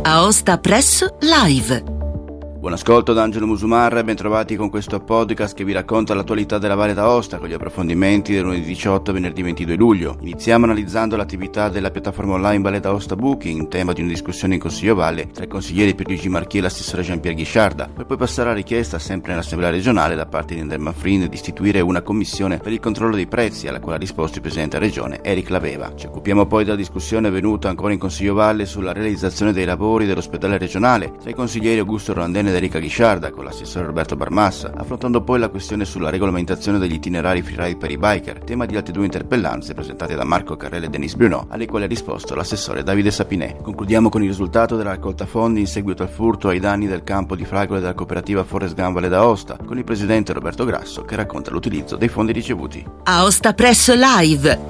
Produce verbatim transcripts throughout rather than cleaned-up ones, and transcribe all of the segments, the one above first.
Aosta Press Live. Buon ascolto da Angelo Musumarra e ben trovati con questo podcast che vi racconta l'attualità della Valle d'Aosta con gli approfondimenti del lunedì diciotto e venerdì ventidue luglio. Iniziamo analizzando l'attività della piattaforma online Valle d'Aosta Booking, tema di una discussione in Consiglio Valle tra i consiglieri Pierluigi Marchi e l'assessore Jean-Pierre Ghisciarda, per poi passare alla richiesta sempre nell'Assemblea regionale da parte di Enderman Friend di istituire una commissione per il controllo dei prezzi, alla quale ha risposto il presidente della regione Eric Laveva. Ci occupiamo poi della discussione venuta ancora in Consiglio Valle sulla realizzazione dei lavori dell'ospedale regionale tra i consiglieri Augusto Rolandene ed Enrica Ghisciarda con l'assessore Roberto Barmassa, affrontando poi la questione sulla regolamentazione degli itinerari freeride per i biker, tema di altre due interpellanze presentate da Marco Carrella e Denis Bruno, alle quali ha risposto l'assessore Davide Sapinè. Concludiamo con il risultato della raccolta fondi in seguito al furto ai danni del campo di fragole della cooperativa Forest Gum Valle d'Aosta, con il presidente Roberto Grasso che racconta l'utilizzo dei fondi ricevuti. Aosta Press Live.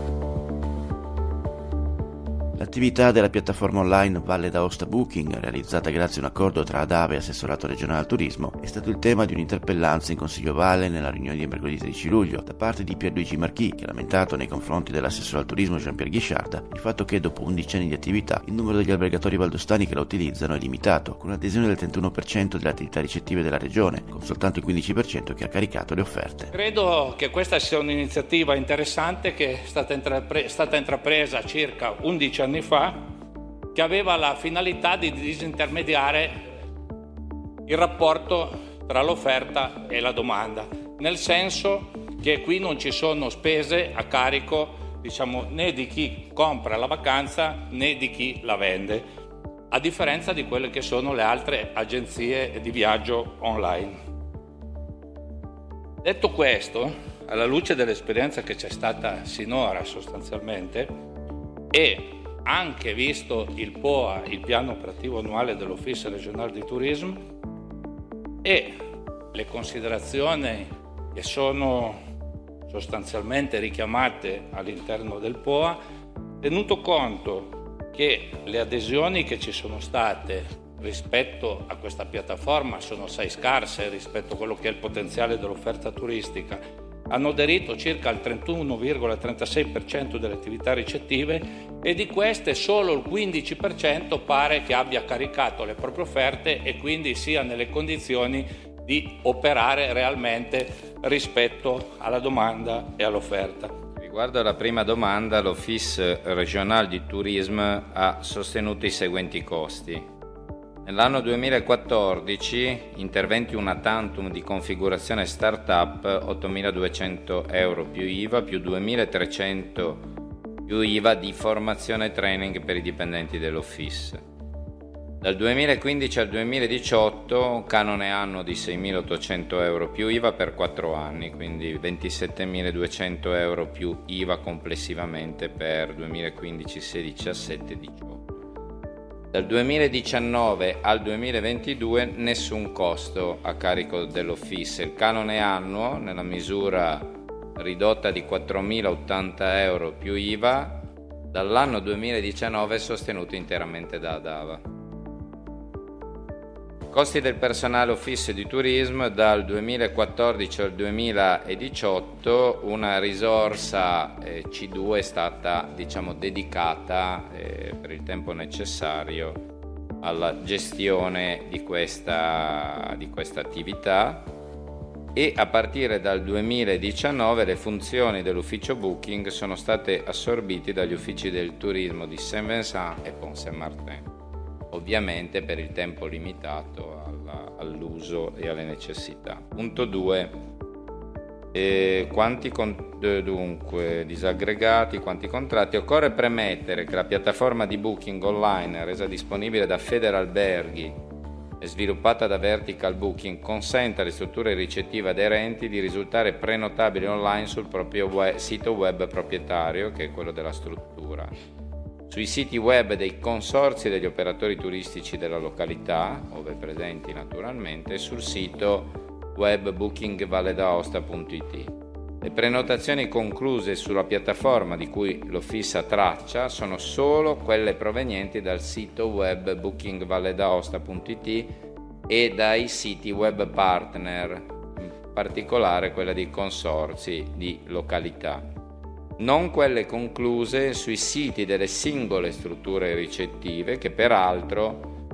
L'attività della piattaforma online Valle d'Aosta Booking, realizzata grazie a un accordo tra ADAVE e Assessorato Regionale al Turismo, è stato il tema di un'interpellanza in Consiglio Valle nella riunione di mercoledì tredici luglio da parte di Pierluigi Marchi, che ha lamentato nei confronti dell'assessore al turismo Jean-Pierre Ghisciarda il fatto che dopo undici anni di attività il numero degli albergatori valdostani che la utilizzano è limitato, con un'adesione del trentuno per cento delle attività ricettive della regione, con soltanto il quindici per cento che ha caricato le offerte. Credo che questa sia un'iniziativa interessante che è stata, intrapre- stata intrapresa circa undici anni fa, che aveva la finalità di disintermediare il rapporto tra l'offerta e la domanda, nel senso che qui non ci sono spese a carico, diciamo, né di chi compra la vacanza né di chi la vende, a differenza di quelle che sono le altre agenzie di viaggio online. Detto questo, alla luce dell'esperienza che c'è stata sinora sostanzialmente e anche visto il P O A, il piano operativo annuale dell'Office regionale di turismo, e le considerazioni che sono sostanzialmente richiamate all'interno del P O A, tenuto conto che le adesioni che ci sono state rispetto a questa piattaforma sono assai scarse rispetto a quello che è il potenziale dell'offerta turistica, hanno aderito circa al trentuno virgola trentasei per cento delle attività ricettive e di queste solo il quindici per cento pare che abbia caricato le proprie offerte e quindi sia nelle condizioni di operare realmente rispetto alla domanda e all'offerta. Riguardo alla prima domanda, l'Office regionale di turismo ha sostenuto i seguenti costi. Nell'anno duemilaquattordici, interventi una tantum di configurazione startup, ottomiladuecento euro più I V A, più duemilatrecento più I V A di formazione e training per i dipendenti dell'Office. Dal duemilaquindici al duemiladiciotto, canone annuo di seimilaottocento euro più I V A per quattro anni, quindi ventisettemiladuecento euro più I V A complessivamente per duemilaquindici, sedici, diciassette, diciotto. Dal duemiladiciannove al duemilaventidue nessun costo a carico dell'Office. Il canone annuo, nella misura ridotta di quattromilaottanta euro più I V A, dall'anno duemiladiciannove è sostenuto interamente da ADAVA. Costi del personale Office di turismo: dal duemilaquattordici al duemiladiciotto una risorsa eh, C due è stata, diciamo, dedicata eh, per il tempo necessario alla gestione di questa, di questa attività, e a partire dal duemiladiciannove le funzioni dell'ufficio Booking sono state assorbite dagli uffici del turismo di Saint-Vincent e Pont-Saint-Martin, ovviamente per il tempo limitato alla, all'uso e alle necessità. Punto due. Eh, quanti con, dunque disaggregati, quanti contratti? Occorre premettere che la piattaforma di booking online resa disponibile da Federalberghi e sviluppata da Vertical Booking consente alle strutture ricettive aderenti di risultare prenotabili online sul proprio web, sito web proprietario, che è quello della struttura, sui siti web dei consorzi e degli operatori turistici della località, ove presenti naturalmente, e sul sito web booking valle d'aosta punto it. Le prenotazioni concluse sulla piattaforma di cui l'Office ha traccia sono solo quelle provenienti dal sito web booking valle d'aosta punto it e dai siti web partner, in particolare quella dei consorzi di località, non quelle concluse sui siti delle singole strutture ricettive, che peraltro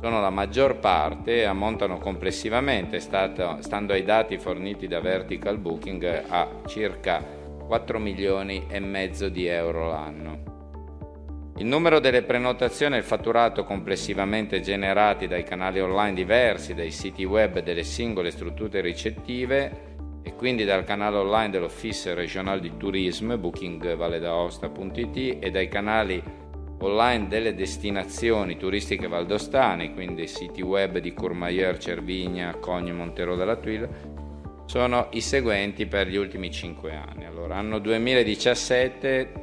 sono la maggior parte e ammontano complessivamente, stato, stando ai dati forniti da Vertical Booking, a circa quattro milioni e mezzo di euro l'anno. Il numero delle prenotazioni e il fatturato complessivamente generati dai canali online diversi, dai siti web delle singole strutture ricettive e quindi dal canale online dell'Office Régional du Tourisme, booking valle d'aosta punto it, e dai canali online delle destinazioni turistiche valdostane, quindi siti web di Courmayeur, Cervigna, Cogne, Montero della Tuile, sono i seguenti per gli ultimi cinque anni. Allora, anno duemiladiciassette,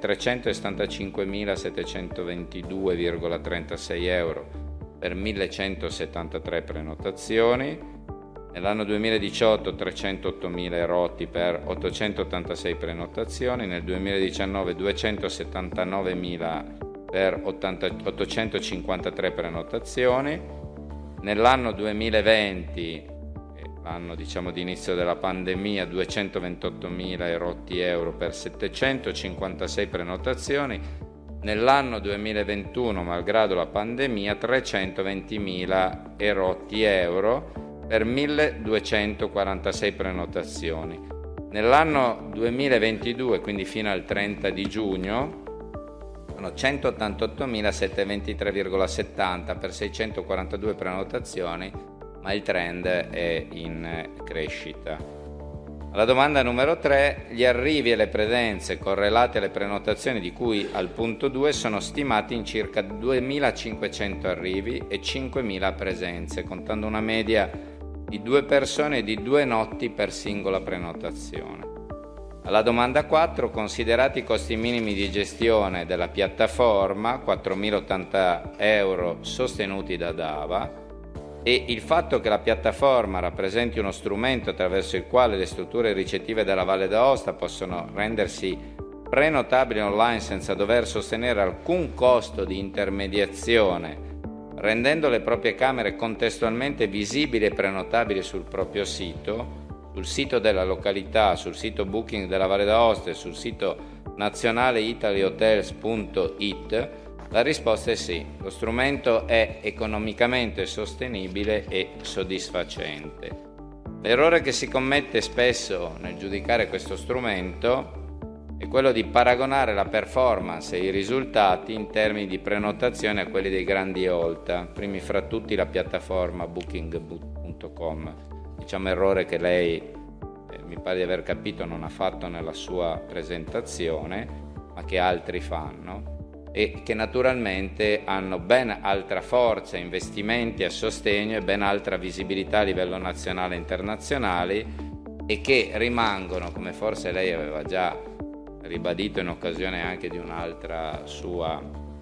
trecentosettantacinquemilasettecentoventidue virgola trentasei euro per millecentosettantatré prenotazioni. Nell'anno duemiladiciotto trecentottomila erotti per ottocentottantasei prenotazioni. Nel duemiladiciannove duecentosettantanovemila per ottocentocinquantatré prenotazioni. Nell'anno duemilaventi, l'anno diciamo di inizio della pandemia, duecentoventottomila erotti euro per settecentocinquantasei prenotazioni. Nell'anno duemilaventuno, malgrado la pandemia, trecentoventimila erotti euro per milleduecentoquarantasei prenotazioni. Nell'anno duemilaventidue, quindi fino al trenta di giugno, sono centottantottomilasettecentoventitré virgola settanta per seicentoquarantadue prenotazioni, ma il trend è in crescita. Alla domanda numero tre, gli arrivi e le presenze correlate alle prenotazioni di cui al punto due sono stimati in circa duemilacinquecento arrivi e cinquemila presenze, contando una media di due persone e di due notti per singola prenotazione. Alla domanda quattro, considerati i costi minimi di gestione della piattaforma, quattromilaottanta euro sostenuti da Dava, e il fatto che la piattaforma rappresenti uno strumento attraverso il quale le strutture ricettive della Valle d'Aosta possono rendersi prenotabili online senza dover sostenere alcun costo di intermediazione, rendendo le proprie camere contestualmente visibili e prenotabili sul proprio sito, sul sito della località, sul sito Booking della Valle d'Aosta e sul sito nazionale italy hotels punto it, la risposta è sì, lo strumento è economicamente sostenibile e soddisfacente. L'errore che si commette spesso nel giudicare questo strumento è quello di paragonare la performance e i risultati in termini di prenotazione a quelli dei grandi Olta, primi fra tutti la piattaforma booking punto com. Diciamo errore che lei, eh, mi pare di aver capito, non ha fatto nella sua presentazione, ma che altri fanno, e che naturalmente hanno ben altra forza, investimenti a sostegno e ben altra visibilità a livello nazionale e internazionale, e che rimangono, come forse lei aveva già ribadito in occasione anche di un'altra sua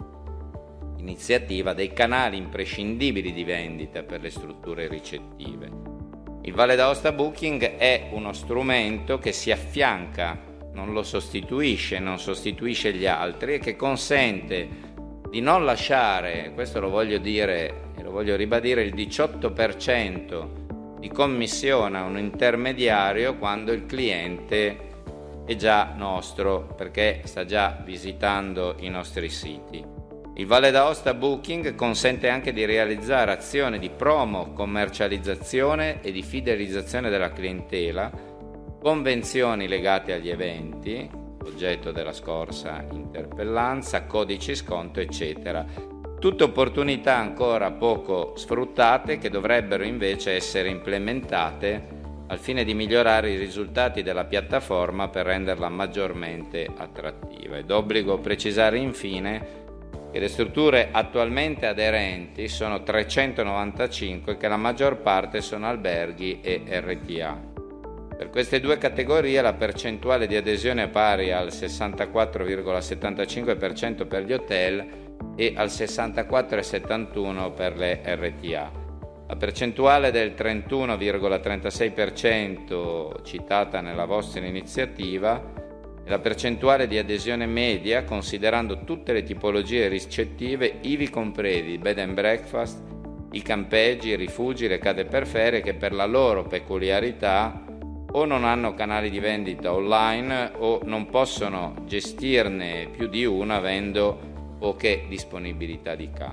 iniziativa, dei canali imprescindibili di vendita per le strutture ricettive. Il Valle d'Aosta Booking è uno strumento che si affianca, non lo sostituisce, non sostituisce gli altri, e che consente di non lasciare, questo lo voglio dire e lo voglio ribadire, il diciotto per cento di commissione a un intermediario quando il cliente è già nostro, perché sta già visitando i nostri siti. Il Valle d'Aosta Booking consente anche di realizzare azioni di promo, commercializzazione e di fidelizzazione della clientela, convenzioni legate agli eventi, oggetto della scorsa interpellanza, codici sconto, eccetera. Tutte opportunità ancora poco sfruttate che dovrebbero invece essere implementate al fine di migliorare i risultati della piattaforma per renderla maggiormente attrattiva. È d'obbligo precisare infine che le strutture attualmente aderenti sono trecentonovantacinque e che la maggior parte sono alberghi e R T A. Per queste due categorie la percentuale di adesione è pari al sessantaquattro virgola settantacinque per cento per gli hotel e al sessantaquattro virgola settantuno per cento per le R T A. La percentuale del trentuno virgola trentasei per cento citata nella vostra iniziativa è la percentuale di adesione media considerando tutte le tipologie ricettive, ivi compresi i bed and breakfast, i campeggi, i rifugi, le case per ferie, che per la loro peculiarità o non hanno canali di vendita online o non possono gestirne più di uno avendo poche disponibilità di camere.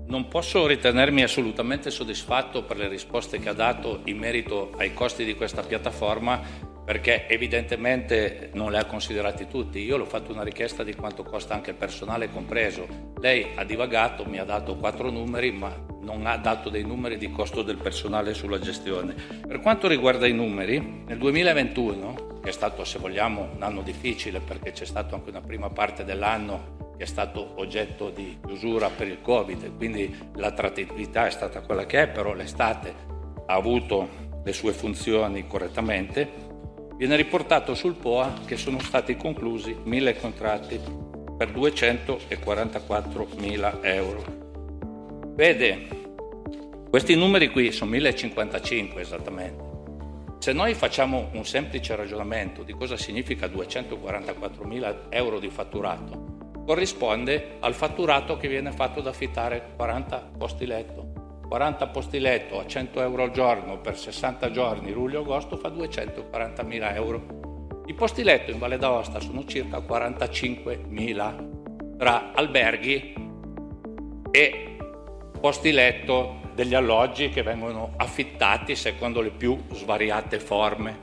non posso ritenermi assolutamente soddisfatto per le risposte che ha dato in merito ai costi di questa piattaforma, perché evidentemente non le ha considerati tutti. Io l'ho fatto una richiesta di quanto costa anche il personale compreso. Lei ha divagato, mi ha dato quattro numeri, ma non ha dato dei numeri di costo del personale sulla gestione. Per quanto riguarda i numeri, nel duemilaventuno, che è stato, se vogliamo, un anno difficile perché c'è stata anche una prima parte dell'anno che è stato oggetto di chiusura per il Covid, quindi l'attrattività è stata quella che è, però l'estate ha avuto le sue funzioni correttamente, viene riportato sul P O A che sono stati conclusi mille contratti per duecentoquarantaquattromila euro. Vede, questi numeri qui sono mille cinquantacinque esattamente. Se noi facciamo un semplice ragionamento di cosa significa duecentoquarantaquattromila euro di fatturato, corrisponde al fatturato che viene fatto da affittare quaranta posti letto. quaranta posti letto a cento euro al giorno per sessanta giorni, luglio-agosto, fa duecentoquarantamila euro. I posti letto in Valle d'Aosta sono circa quarantacinquemila tra alberghi e posti letto degli alloggi che vengono affittati secondo le più svariate forme.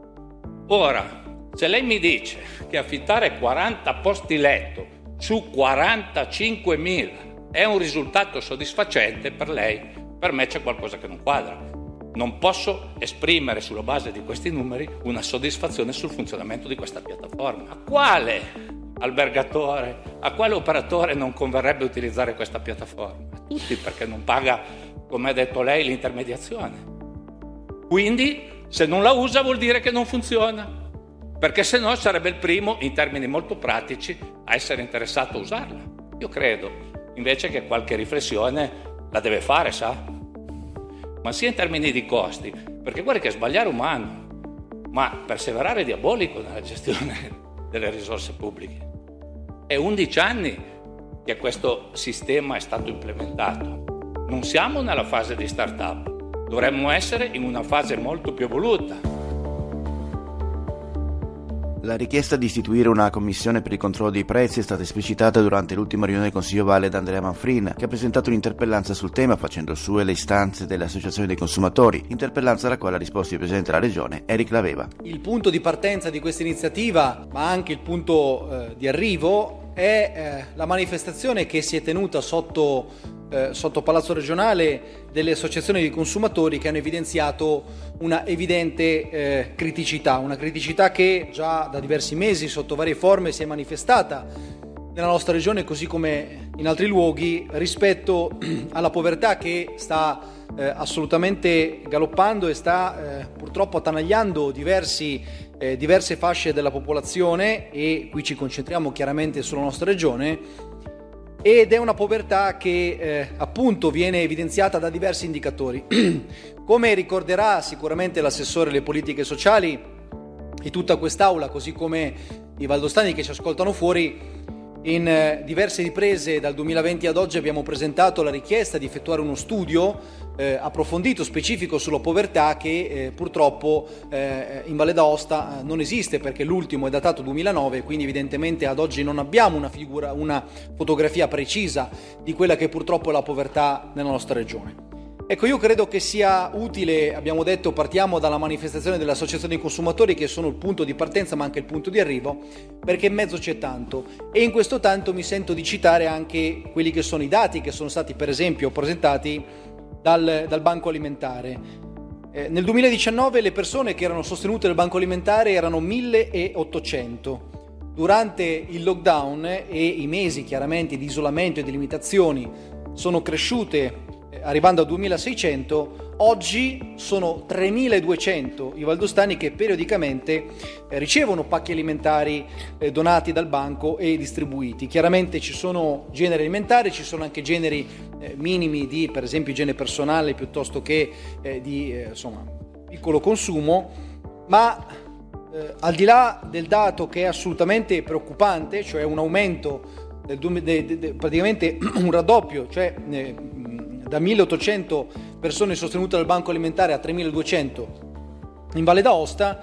Ora, se lei mi dice che affittare quaranta posti letto su quarantacinquemila è un risultato soddisfacente per lei, per me c'è qualcosa che non quadra. Non posso esprimere sulla base di questi numeri una soddisfazione sul funzionamento di questa piattaforma. A quale albergatore, a quale operatore non converrebbe utilizzare questa piattaforma? A tutti, perché non paga, come ha detto lei, l'intermediazione. Quindi, se non la usa vuol dire che non funziona, perché se no sarebbe il primo, in termini molto pratici, a essere interessato a usarla. Io credo invece che qualche riflessione la deve fare, sa? Ma sia in termini di costi, perché guarda che sbagliare umano, ma perseverare è diabolico nella gestione delle risorse pubbliche. È undici anni che questo sistema è stato implementato. Non siamo nella fase di start-up, dovremmo essere in una fase molto più evoluta. La richiesta di istituire una commissione per il controllo dei prezzi è stata esplicitata durante l'ultima riunione del Consiglio Valle da Andrea Manfrin, che ha presentato un'interpellanza sul tema facendo sue le istanze delle associazioni dei consumatori, interpellanza alla quale ha risposto il Presidente della Regione, Eric Laveva. Il punto di partenza di questa iniziativa, ma anche il punto eh, di arrivo, è eh, la manifestazione che si è tenuta sotto Eh, sotto Palazzo Regionale delle associazioni di consumatori che hanno evidenziato una evidente eh, criticità, una criticità che già da diversi mesi sotto varie forme si è manifestata nella nostra regione così come in altri luoghi rispetto alla povertà che sta eh, assolutamente galoppando e sta eh, purtroppo attanagliando diversi, eh, diverse fasce della popolazione, e qui ci concentriamo chiaramente sulla nostra regione. Ed è una povertà che eh, appunto viene evidenziata da diversi indicatori. Come ricorderà sicuramente l'assessore alle politiche sociali e tutta quest'aula, così come i valdostani che ci ascoltano fuori, in eh, diverse riprese dal duemilaventi ad oggi abbiamo presentato la richiesta di effettuare uno studio eh, approfondito, specifico sulla povertà che eh, purtroppo eh, in Valle d'Aosta eh, non esiste, perché l'ultimo è datato duemilanove, quindi evidentemente ad oggi non abbiamo una figura, una fotografia precisa di quella che purtroppo è la povertà nella nostra regione. Ecco, io credo che sia utile, abbiamo detto, partiamo dalla manifestazione delle associazioni dei consumatori che sono il punto di partenza ma anche il punto di arrivo, perché in mezzo c'è tanto, e in questo tanto mi sento di citare anche quelli che sono i dati che sono stati per esempio presentati dal, dal Banco Alimentare. Eh, nel duemiladiciannove le persone che erano sostenute dal Banco Alimentare erano milleottocento. Durante il lockdown e i mesi chiaramente di isolamento e di limitazioni sono cresciute arrivando a duemilaseicento, oggi sono tremiladuecento i valdostani che periodicamente eh, ricevono pacchi alimentari eh, donati dal banco e distribuiti. Chiaramente ci sono generi alimentari, ci sono anche generi eh, minimi di, per esempio, igiene personale piuttosto che eh, di eh, insomma, piccolo consumo, ma eh, al di là del dato che è assolutamente preoccupante, cioè un aumento del, de, de, de, praticamente un raddoppio, cioè eh, da milleottocento persone sostenute dal Banco Alimentare a tremiladuecento in Valle d'Aosta,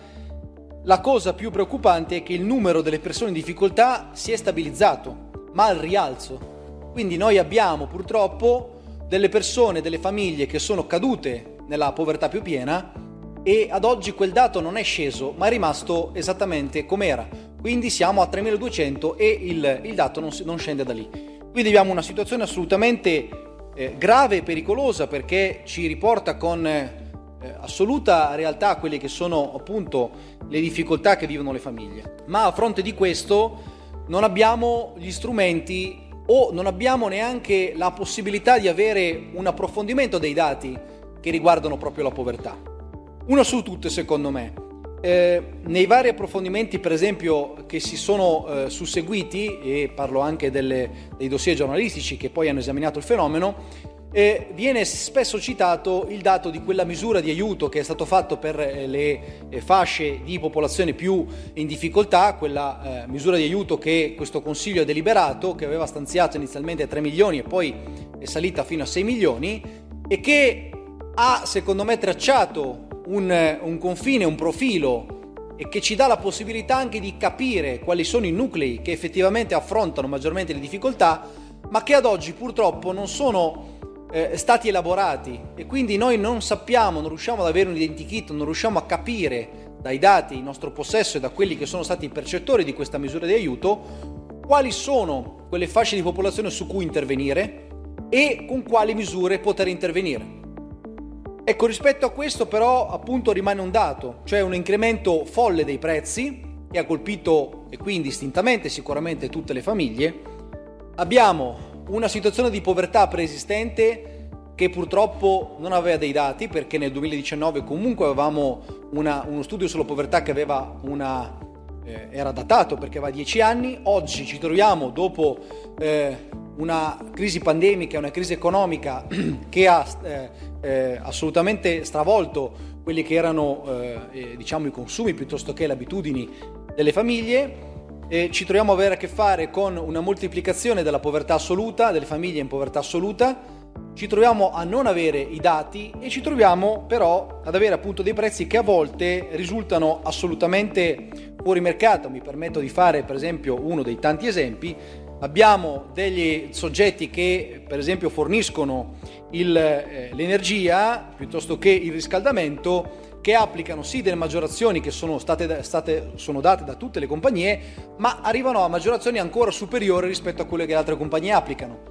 la cosa più preoccupante è che il numero delle persone in difficoltà si è stabilizzato, ma al rialzo. Quindi noi abbiamo purtroppo delle persone, delle famiglie che sono cadute nella povertà più piena, e ad oggi quel dato non è sceso ma è rimasto esattamente com'era, quindi siamo a tremiladuecento e il, il dato non, non scende da lì. Quindi abbiamo una situazione assolutamente eh, grave e pericolosa, perché ci riporta con eh, assoluta realtà quelle che sono appunto le difficoltà che vivono le famiglie. Ma a fronte di questo non abbiamo gli strumenti o non abbiamo neanche la possibilità di avere un approfondimento dei dati che riguardano proprio la povertà. Una su tutte, secondo me, eh, nei vari approfondimenti per esempio che si sono eh, susseguiti, e parlo anche delle, dei dossier giornalistici che poi hanno esaminato il fenomeno, eh, viene spesso citato il dato di quella misura di aiuto che è stato fatto per eh, le eh, fasce di popolazione più in difficoltà, quella eh, misura di aiuto che questo Consiglio ha deliberato, che aveva stanziato inizialmente tre milioni e poi è salita fino a sei milioni, e che ha secondo me tracciato Un, un confine, un profilo, e che ci dà la possibilità anche di capire quali sono i nuclei che effettivamente affrontano maggiormente le difficoltà, ma che ad oggi purtroppo non sono eh, stati elaborati, e quindi noi non sappiamo, non riusciamo ad avere un identikit, non riusciamo a capire dai dati in nostro possesso e da quelli che sono stati i percettori di questa misura di aiuto quali sono quelle fasce di popolazione su cui intervenire e con quali misure poter intervenire. Ecco, rispetto a questo però appunto rimane un dato, cioè un incremento folle dei prezzi che ha colpito, e qui indistintamente sicuramente, tutte le famiglie. Abbiamo una situazione di povertà preesistente che purtroppo non aveva dei dati, perché nel duemiladiciannove comunque avevamo una, uno studio sulla povertà che aveva una, eh, era datato perché aveva dieci anni. Oggi ci troviamo dopo eh, una crisi pandemica, una crisi economica che ha eh, eh, assolutamente stravolto quelli che erano eh, diciamo i consumi piuttosto che le abitudini delle famiglie. E ci troviamo ad avere a che fare con una moltiplicazione della povertà assoluta, delle famiglie in povertà assoluta. Ci troviamo a non avere i dati e ci troviamo però ad avere appunto dei prezzi che a volte risultano assolutamente fuori mercato. Mi permetto di fare per esempio uno dei tanti esempi. Abbiamo degli soggetti che per esempio forniscono il, eh, l'energia piuttosto che il riscaldamento, che applicano sì delle maggiorazioni che sono state, state, sono date da tutte le compagnie, ma arrivano a maggiorazioni ancora superiori rispetto a quelle che le altre compagnie applicano.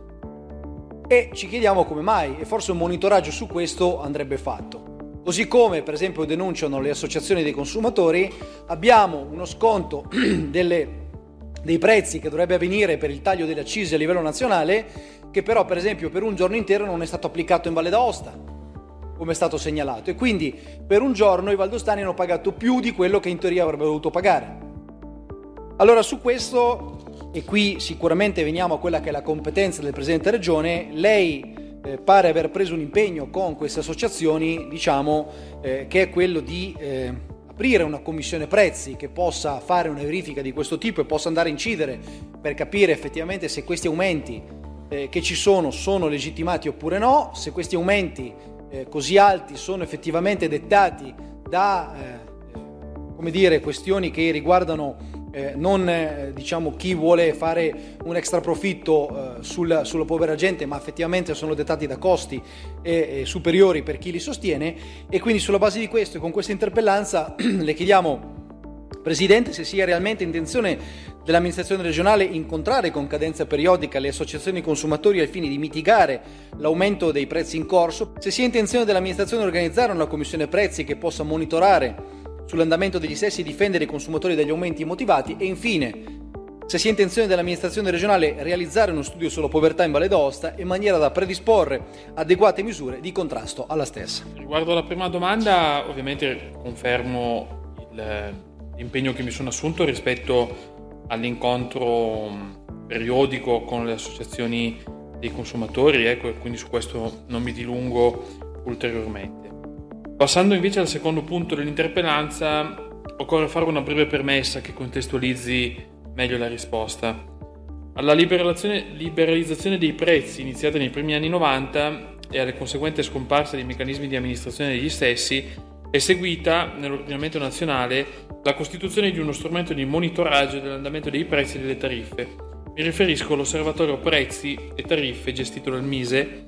E ci chiediamo come mai, e forse un monitoraggio su questo andrebbe fatto. Così come per esempio denunciano le associazioni dei consumatori, abbiamo uno sconto delle dei prezzi che dovrebbe avvenire per il taglio delle accise a livello nazionale, che però per esempio per un giorno intero non è stato applicato in Valle d'Aosta, come è stato segnalato, e quindi per un giorno i valdostani hanno pagato più di quello che in teoria avrebbero dovuto pagare. Allora su questo, e qui sicuramente veniamo a quella che è la competenza del Presidente Regione, lei eh, pare aver preso un impegno con queste associazioni, diciamo, eh, che è quello di eh, aprire una commissione prezzi che possa fare una verifica di questo tipo e possa andare a incidere per capire effettivamente se questi aumenti eh, che ci sono sono legittimati oppure no, se questi aumenti eh, così alti sono effettivamente dettati da eh, come dire, questioni che riguardano eh, non eh, diciamo chi vuole fare un extra profitto eh, sul, sulla povera gente, ma effettivamente sono dettati da costi eh, eh, superiori per chi li sostiene. E quindi sulla base di questo e con questa interpellanza le chiediamo, Presidente, se sia realmente intenzione dell'amministrazione regionale incontrare con cadenza periodica le associazioni consumatori al fine di mitigare l'aumento dei prezzi in corso, se sia intenzione dell'amministrazione organizzare una commissione prezzi che possa monitorare sull'andamento degli stessi e difendere i consumatori dagli aumenti immotivati, e infine se sia intenzione dell'amministrazione regionale realizzare uno studio sulla povertà in Valle d'Aosta in maniera da predisporre adeguate misure di contrasto alla stessa. Riguardo alla prima domanda, ovviamente confermo il, l'impegno che mi sono assunto rispetto all'incontro periodico con le associazioni dei consumatori, ecco, e quindi su questo non mi dilungo ulteriormente. Passando invece al secondo punto dell'interpellanza, occorre fare una breve premessa che contestualizzi meglio la risposta. Alla liberalizzazione, liberalizzazione dei prezzi iniziata nei primi anni novanta e alle conseguente scomparsa dei meccanismi di amministrazione degli stessi è seguita nell'ordinamento nazionale la costituzione di uno strumento di monitoraggio dell'andamento dei prezzi e delle tariffe. Mi riferisco all'Osservatorio Prezzi e Tariffe gestito dal Mise,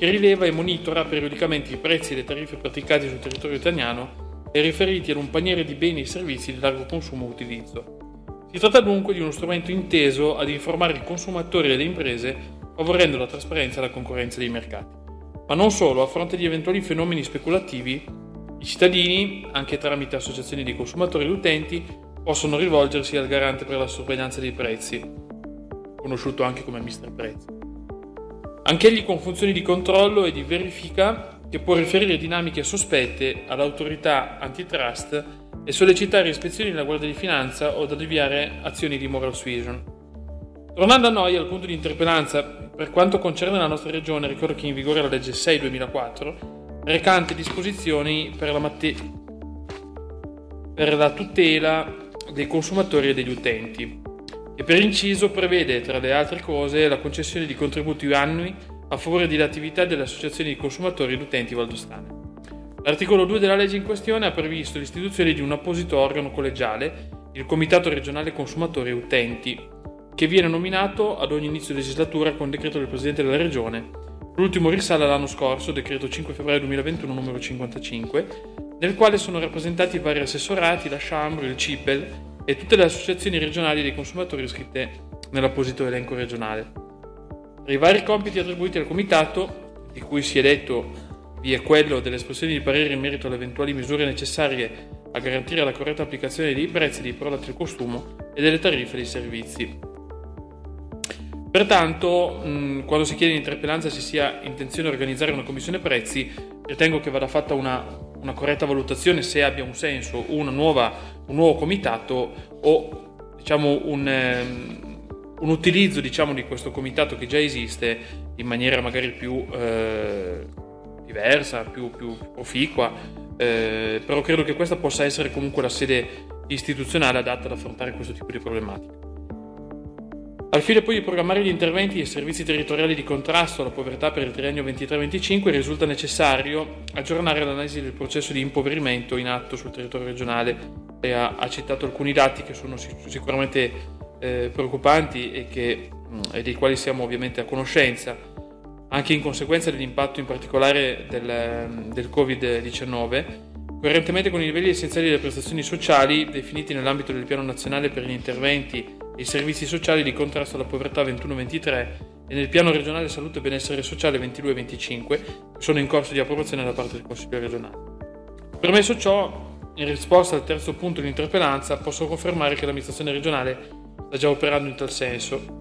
che rileva e monitora periodicamente i prezzi e le tariffe praticati sul territorio italiano e riferiti ad un paniere di beni e servizi di largo consumo e utilizzo. Si tratta dunque di uno strumento inteso ad informare i consumatori e le imprese, favorendo la trasparenza e la concorrenza dei mercati. Ma non solo, a fronte di eventuali fenomeni speculativi, i cittadini, anche tramite associazioni di consumatori ed utenti, possono rivolgersi al garante per la sorveglianza dei prezzi, conosciuto anche come mister Prezzi. Anch'egli con funzioni di controllo e di verifica che può riferire dinamiche sospette all'autorità antitrust e sollecitare ispezioni della Guardia di Finanza o ad avviare azioni di moral suasion. Tornando a noi, al punto di interpellanza, per quanto concerne la nostra regione, ricordo che è in vigore la legge sei duemilaquattro, recante disposizioni per la, matte- per la tutela dei consumatori e degli utenti, che per inciso prevede, tra le altre cose, la concessione di contributi annui a favore delle attività delle associazioni di consumatori ed utenti valdostane. L'articolo due della legge in questione ha previsto l'istituzione di un apposito organo collegiale, il Comitato regionale consumatori e utenti, che viene nominato ad ogni inizio legislatura con decreto del Presidente della Regione. L'ultimo risale all'anno scorso, decreto cinque febbraio duemilaventuno numero cinquantacinque, nel quale sono rappresentati i vari assessorati, la Chambre, il CIPEL e tutte le associazioni regionali dei consumatori iscritte nell'apposito elenco regionale. Tra i vari compiti attribuiti al Comitato, di cui si è detto vi è quello dell'espressione di pareri in merito alle eventuali misure necessarie a garantire la corretta applicazione dei prezzi dei prodotti al costume e delle tariffe dei servizi. Pertanto, mh, quando si chiede in interpellanza se sia intenzione di organizzare una commissione prezzi, ritengo che vada fatta una, una corretta valutazione se abbia un senso una nuova, un nuovo comitato o diciamo un, ehm, un utilizzo diciamo, di questo comitato che già esiste in maniera magari più eh, diversa, più, più proficua, eh, però credo che questa possa essere comunque la sede istituzionale adatta ad affrontare questo tipo di problematica. Al fine poi di programmare gli interventi e servizi territoriali di contrasto alla povertà per il triennio ventitré venticinque risulta necessario aggiornare l'analisi del processo di impoverimento in atto sul territorio regionale. Lei ha, ha citato alcuni dati che sono sicuramente eh, preoccupanti e, che, e dei quali siamo ovviamente a conoscenza, anche in conseguenza dell'impatto in particolare del, del covid diciannove, coerentemente con i livelli essenziali delle prestazioni sociali definiti nell'ambito del Piano Nazionale per gli interventi e i servizi sociali di contrasto alla povertà ventuno ventitré e nel Piano Regionale Salute e Benessere Sociale ventidue venticinque, che sono in corso di approvazione da parte del Consiglio regionale. Premesso ciò, in risposta al terzo punto dell'interpellanza, posso confermare che l'amministrazione regionale sta già operando in tal senso.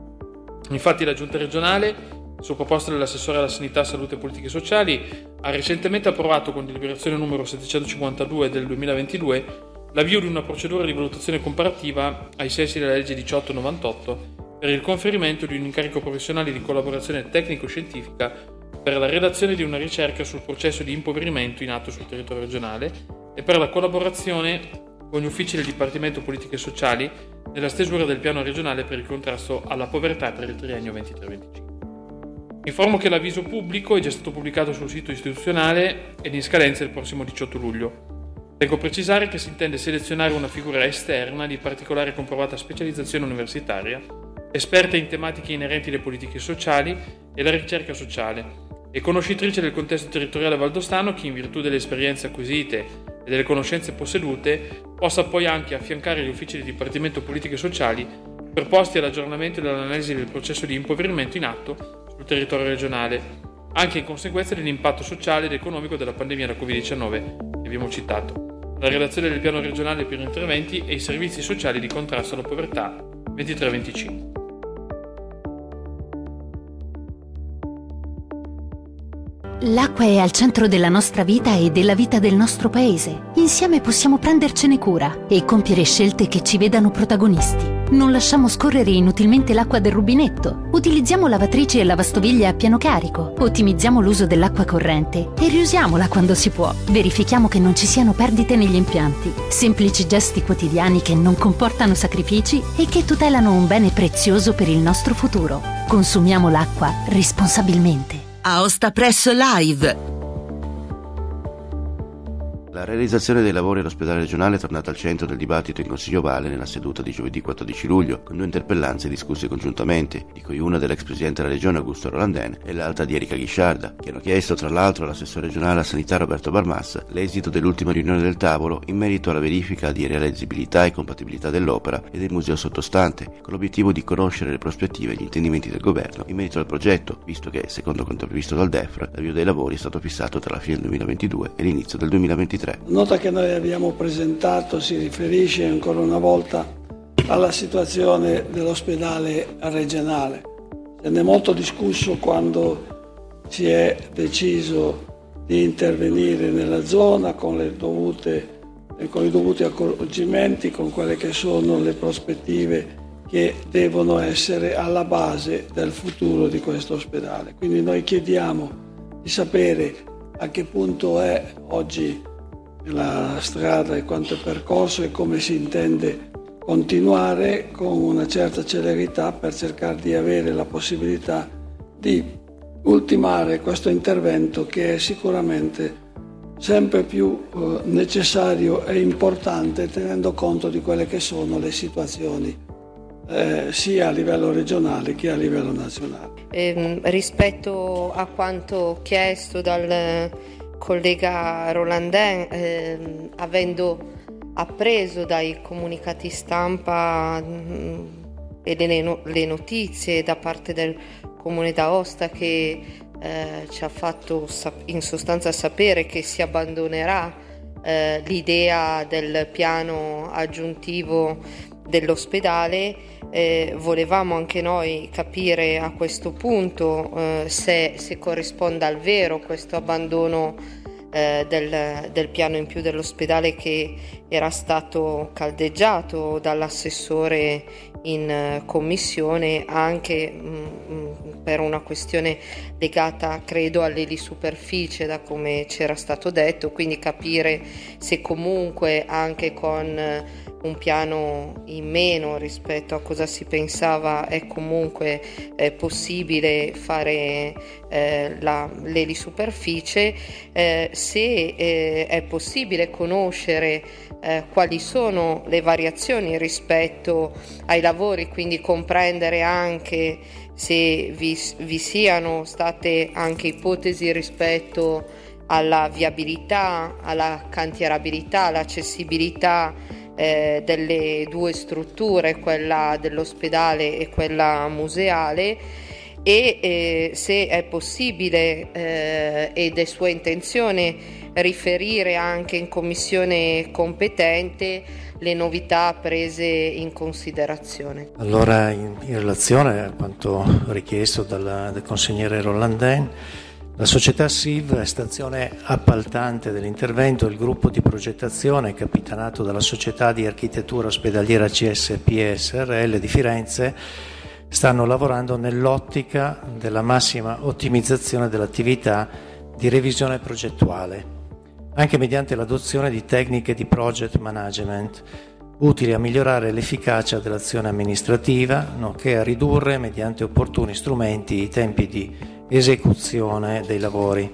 Infatti la Giunta regionale, su proposta dell'assessore alla sanità, salute e politiche sociali, ha recentemente approvato con deliberazione numero settecentocinquantadue del duemilaventidue l'avvio di una procedura di valutazione comparativa ai sensi della legge diciotto novantotto per il conferimento di un incarico professionale di collaborazione tecnico-scientifica per la redazione di una ricerca sul processo di impoverimento in atto sul territorio regionale e per la collaborazione con gli uffici del Dipartimento Politiche Sociali nella stesura del piano regionale per il contrasto alla povertà per il triennio ventitré venticinque. Informo che l'avviso pubblico è già stato pubblicato sul sito istituzionale ed in scadenza il prossimo diciotto luglio. Tengo a precisare che si intende selezionare una figura esterna di particolare comprovata specializzazione universitaria, esperta in tematiche inerenti alle politiche sociali e alla ricerca sociale e conoscitrice del contesto territoriale valdostano che, in virtù delle esperienze acquisite e delle conoscenze possedute, possa poi anche affiancare gli uffici del Dipartimento Politiche Sociali preposti all'aggiornamento e all'analisi del processo di impoverimento in atto sul territorio regionale, anche in conseguenza dell'impatto sociale ed economico della pandemia da covid diciannove che abbiamo citato, la redazione del piano regionale per gli interventi e i servizi sociali di contrasto alla povertà ventitré venticinque. L'acqua è al centro della nostra vita e della vita del nostro paese. Insieme possiamo prendercene cura e compiere scelte che ci vedano protagonisti. Non lasciamo scorrere inutilmente l'acqua del rubinetto. Utilizziamo lavatrici e lavastoviglie a pieno carico. Ottimizziamo l'uso dell'acqua corrente e riusiamola quando si può. Verifichiamo che non ci siano perdite negli impianti. Semplici gesti quotidiani che non comportano sacrifici e che tutelano un bene prezioso per il nostro futuro. Consumiamo l'acqua responsabilmente. Aosta Press Live. La realizzazione dei lavori all'ospedale regionale è tornata al centro del dibattito in Consiglio Valle nella seduta di giovedì quattordici luglio, con due interpellanze discusse congiuntamente, di cui una dell'ex presidente della regione Augusto Rolandin e l'altra di Erika Ghisciarda, che hanno chiesto tra l'altro all'assessore regionale alla sanità Roberto Barmassa l'esito dell'ultima riunione del tavolo in merito alla verifica di realizzabilità e compatibilità dell'opera e del museo sottostante, con l'obiettivo di conoscere le prospettive e gli intendimenti del governo in merito al progetto, visto che, secondo quanto previsto dal D E F R, l'avvio dei lavori è stato fissato tra la fine del duemilaventidue e l'inizio del duemilaventitré. La nota che noi abbiamo presentato si riferisce ancora una volta alla situazione dell'ospedale regionale. Se ne è molto discusso quando si è deciso di intervenire nella zona con, le dovute, con i dovuti accorgimenti, con quelle che sono le prospettive che devono essere alla base del futuro di questo ospedale. Quindi noi chiediamo di sapere a che punto è oggi la strada e quanto è percorso e come si intende continuare con una certa celerità per cercare di avere la possibilità di ultimare questo intervento, che è sicuramente sempre più eh, necessario e importante, tenendo conto di quelle che sono le situazioni eh, sia a livello regionale che a livello nazionale. Eh, rispetto a quanto chiesto dal collega Rolandin, eh, avendo appreso dai comunicati stampa mh, e le, no- le notizie da parte del Comune d'Aosta che eh, ci ha fatto sap- in sostanza sapere che si abbandonerà eh, l'idea del piano aggiuntivo dell'ospedale, eh, volevamo anche noi capire a questo punto eh, se, se corrisponda al vero questo abbandono eh, del, del piano in più dell'ospedale che era stato caldeggiato dall'assessore in uh, commissione, anche mh, per una questione legata credo all'elisuperficie, da come c'era stato detto, quindi capire se comunque anche con uh, un piano in meno rispetto a cosa si pensava è comunque eh, possibile fare eh, la, l'elisuperficie, eh, se eh, è possibile conoscere eh, quali sono le variazioni rispetto ai lavori, quindi comprendere anche se vi, vi siano state anche ipotesi rispetto alla viabilità, alla cantierabilità, all'accessibilità Eh, delle due strutture, quella dell'ospedale e quella museale, e eh, se è possibile eh, ed è sua intenzione riferire anche in commissione competente le novità prese in considerazione. Allora, in, in relazione a quanto richiesto dalla, dal consigliere Rolandin, la società S I V, stazione appaltante dell'intervento, il gruppo di progettazione capitanato dalla società di architettura ospedaliera C S P S R L di Firenze, stanno lavorando nell'ottica della massima ottimizzazione dell'attività di revisione progettuale, anche mediante l'adozione di tecniche di project management utili a migliorare l'efficacia dell'azione amministrativa, nonché a ridurre, mediante opportuni strumenti, i tempi di esecuzione dei lavori.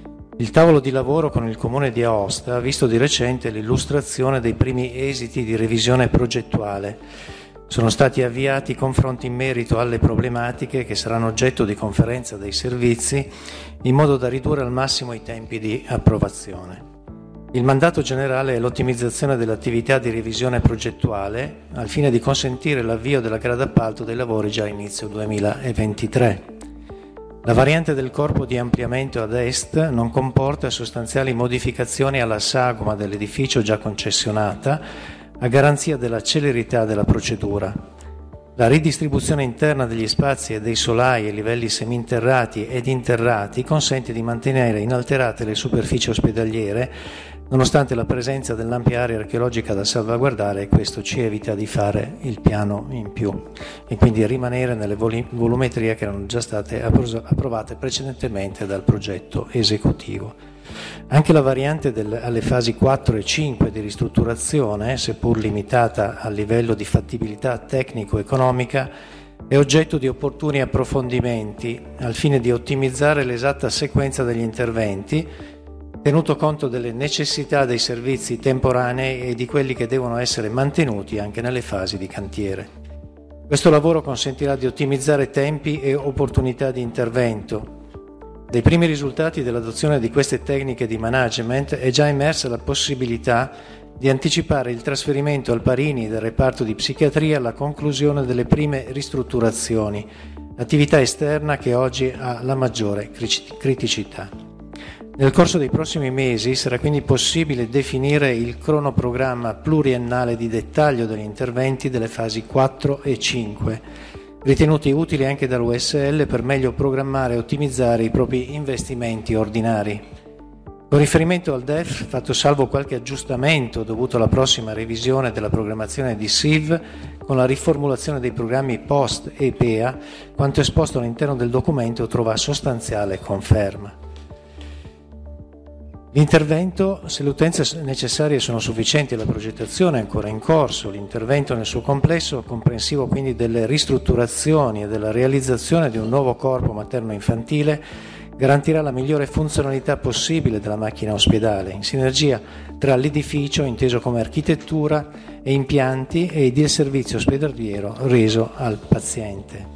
Il tavolo di lavoro con il Comune di Aosta ha visto di recente l'illustrazione dei primi esiti di revisione progettuale. Sono stati avviati confronti in merito alle problematiche che saranno oggetto di conferenza dei servizi, in modo da ridurre al massimo i tempi di approvazione. Il mandato generale è l'ottimizzazione dell'attività di revisione progettuale al fine di consentire l'avvio della gara d'appalto dei lavori già a inizio duemilaventitré. La variante del corpo di ampliamento ad est non comporta sostanziali modificazioni alla sagoma dell'edificio già concessionata, a garanzia della celerità della procedura. La ridistribuzione interna degli spazi e dei solai ai livelli seminterrati ed interrati consente di mantenere inalterate le superfici ospedaliere, nonostante la presenza dell'ampia area archeologica da salvaguardare, e questo ci evita di fare il piano in più e quindi rimanere nelle vol- volumetrie che erano già state appro- approvate precedentemente dal progetto esecutivo. Anche la variante del, alle fasi quattro e cinque di ristrutturazione, seppur limitata al livello di fattibilità tecnico-economica, è oggetto di opportuni approfondimenti al fine di ottimizzare l'esatta sequenza degli interventi, tenuto conto delle necessità dei servizi temporanei e di quelli che devono essere mantenuti anche nelle fasi di cantiere. Questo lavoro consentirà di ottimizzare tempi e opportunità di intervento. Dai primi risultati dell'adozione di queste tecniche di management è già emersa la possibilità di anticipare il trasferimento al Parini del reparto di psichiatria alla conclusione delle prime ristrutturazioni, attività esterna che oggi ha la maggiore criticità. Nel corso dei prossimi mesi sarà quindi possibile definire il cronoprogramma pluriennale di dettaglio degli interventi delle fasi quattro e cinque, ritenuti utili anche dall'U S L per meglio programmare e ottimizzare i propri investimenti ordinari. Con riferimento al D E F, fatto salvo qualche aggiustamento dovuto alla prossima revisione della programmazione di S I V, con la riformulazione dei programmi post e P E A, quanto esposto all'interno del documento trova sostanziale conferma. L'intervento, se le utenze necessarie sono sufficienti e la progettazione è ancora in corso, l'intervento nel suo complesso, comprensivo quindi delle ristrutturazioni e della realizzazione di un nuovo corpo materno-infantile, garantirà la migliore funzionalità possibile della macchina ospedale, in sinergia tra l'edificio, inteso come architettura e impianti, ed il servizio ospedaliero reso al paziente.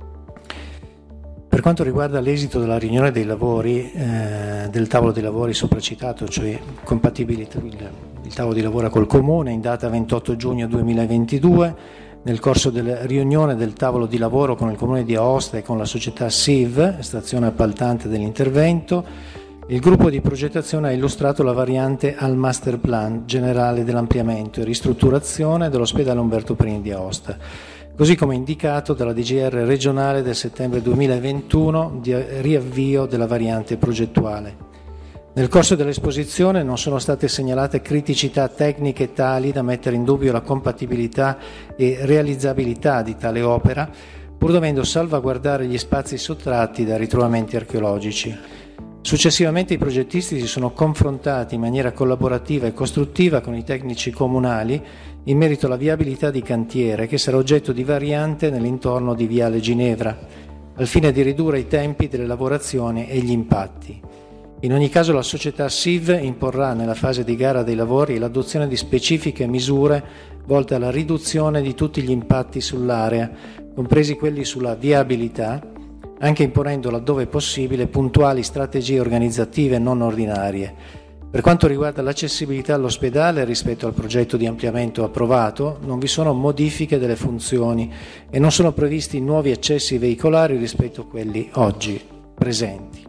Per quanto riguarda l'esito della riunione dei lavori, eh, del tavolo dei lavori sopracitato, cioè compatibilità, il, il tavolo di lavoro col Comune, in data ventotto giugno duemilaventidue, nel corso della riunione del tavolo di lavoro con il Comune di Aosta e con la società S I V, stazione appaltante dell'intervento, il gruppo di progettazione ha illustrato la variante al master plan generale dell'ampliamento e ristrutturazione dell'ospedale Umberto Prini di Aosta, così come indicato dalla D G R regionale del settembre duemilaventuno di riavvio della variante progettuale. Nel corso dell'esposizione non sono state segnalate criticità tecniche tali da mettere in dubbio la compatibilità e realizzabilità di tale opera, pur dovendo salvaguardare gli spazi sottratti da ritrovamenti archeologici. Successivamente i progettisti si sono confrontati in maniera collaborativa e costruttiva con i tecnici comunali in merito alla viabilità di cantiere che sarà oggetto di variante nell'intorno di Viale Ginevra, al fine di ridurre i tempi delle lavorazioni e gli impatti. In ogni caso la società S I V imporrà nella fase di gara dei lavori l'adozione di specifiche misure volte alla riduzione di tutti gli impatti sull'area, compresi quelli sulla viabilità, anche imponendo laddove possibile puntuali strategie organizzative non ordinarie. Per quanto riguarda l'accessibilità all'ospedale rispetto al progetto di ampliamento approvato, non vi sono modifiche delle funzioni e non sono previsti nuovi accessi veicolari rispetto a quelli oggi presenti.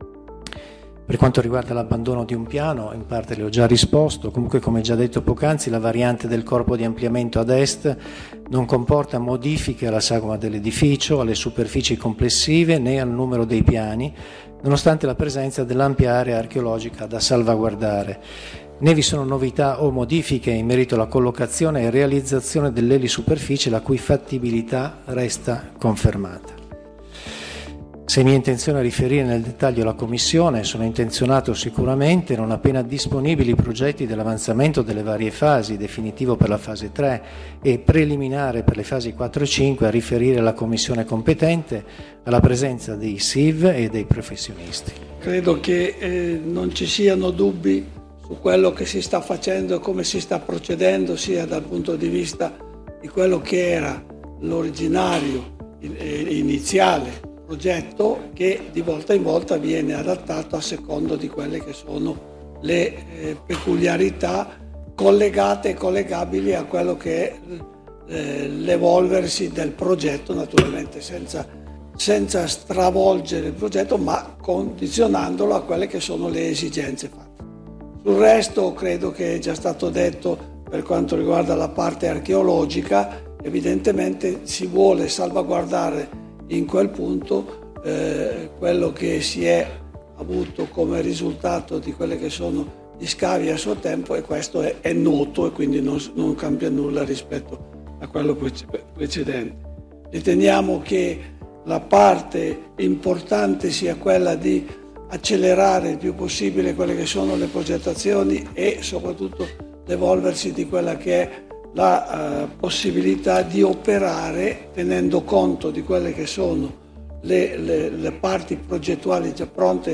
Per quanto riguarda l'abbandono di un piano, in parte le ho già risposto, comunque come già detto poc'anzi la variante del corpo di ampliamento ad est non comporta modifiche alla sagoma dell'edificio, alle superfici complessive né al numero dei piani, nonostante la presenza dell'ampia area archeologica da salvaguardare. Né vi sono novità o modifiche in merito alla collocazione e realizzazione dell'elisuperficie, la cui fattibilità resta confermata. Se è mia intenzione riferire nel dettaglio alla Commissione, sono intenzionato sicuramente, non appena disponibili i progetti dell'avanzamento delle varie fasi, definitivo per la fase tre e preliminare per le fasi quattro e cinque, a riferire alla Commissione competente alla presenza dei S I V e dei professionisti. Credo che eh, non ci siano dubbi su quello che si sta facendo e come si sta procedendo, sia dal punto di vista di quello che era l'originario iniziale progetto, che di volta in volta viene adattato a secondo di quelle che sono le eh, peculiarità collegate e collegabili a quello che è eh, l'evolversi del progetto, naturalmente senza, senza stravolgere il progetto, ma condizionandolo a quelle che sono le esigenze fatte. Sul resto credo che è già stato detto per quanto riguarda la parte archeologica. Evidentemente si vuole salvaguardare in quel punto eh, quello che si è avuto come risultato di quelle che sono gli scavi a suo tempo, e questo è, è noto e quindi non, non cambia nulla rispetto a quello precedente. Riteniamo che la parte importante sia quella di accelerare il più possibile quelle che sono le progettazioni e soprattutto l'evolversi di quella che è la uh, possibilità di operare tenendo conto di quelle che sono le, le, le parti progettuali già pronte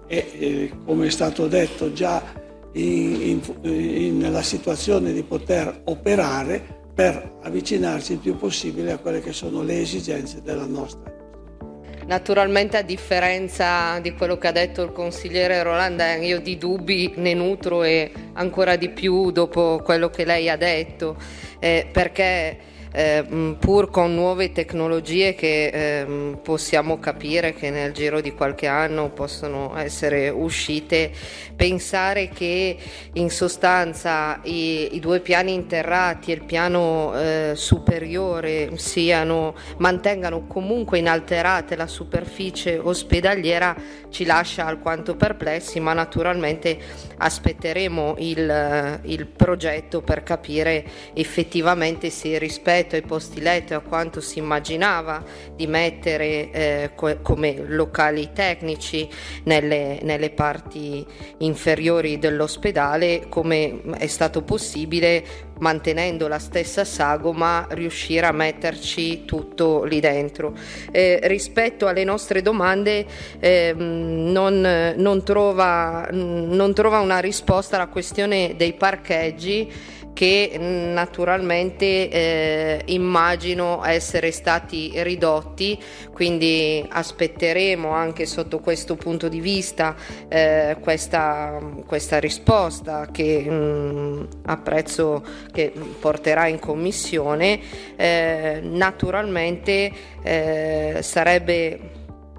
è, eh, come è stato detto, già in, in, in, nella situazione di poter operare per avvicinarsi il più possibile a quelle che sono le esigenze della nostra. Naturalmente, a differenza di quello che ha detto il consigliere Rolandin, io di dubbi ne nutro e ancora di più dopo quello che lei ha detto, eh, perché Eh, pur con nuove tecnologie che eh, possiamo capire che nel giro di qualche anno possono essere uscite, pensare che in sostanza i, i due piani interrati e il piano eh, superiore siano, mantengano comunque inalterate la superficie ospedaliera ci lascia alquanto perplessi, ma naturalmente aspetteremo il, il progetto per capire effettivamente se rispetto ai posti letto e a quanto si immaginava di mettere eh, co- come locali tecnici nelle, nelle parti inferiori dell'ospedale, come è stato possibile mantenendo la stessa sagoma riuscire a metterci tutto lì dentro. Eh, rispetto alle nostre domande eh, non, non, trova, non trova una risposta la questione dei parcheggi, che naturalmente eh, immagino essere stati ridotti, quindi aspetteremo anche sotto questo punto di vista eh, questa, questa risposta che mh, apprezzo che porterà in commissione. Eh, naturalmente eh, sarebbe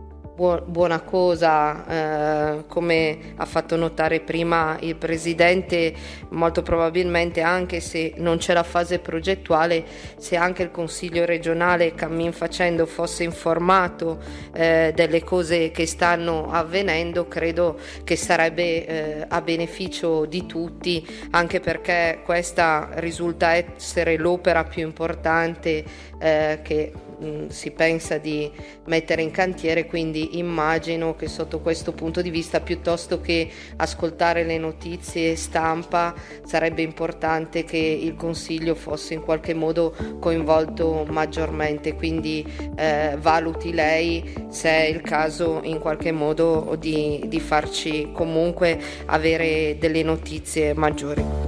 buona cosa, eh, come ha fatto notare prima il Presidente, molto probabilmente, anche se non c'è la fase progettuale, se anche il Consiglio regionale cammin facendo fosse informato eh, delle cose che stanno avvenendo, credo che sarebbe eh, a beneficio di tutti, anche perché questa risulta essere l'opera più importante eh, che mh, si pensa di mettere in cantiere, quindi immagino che sotto questo punto di vista, piuttosto che ascoltare le notizie stampa, sarebbe importante che il Consiglio fosse in qualche modo coinvolto maggiormente, quindi eh, valuti lei se è il caso in qualche modo di, di farci comunque avere delle notizie maggiori.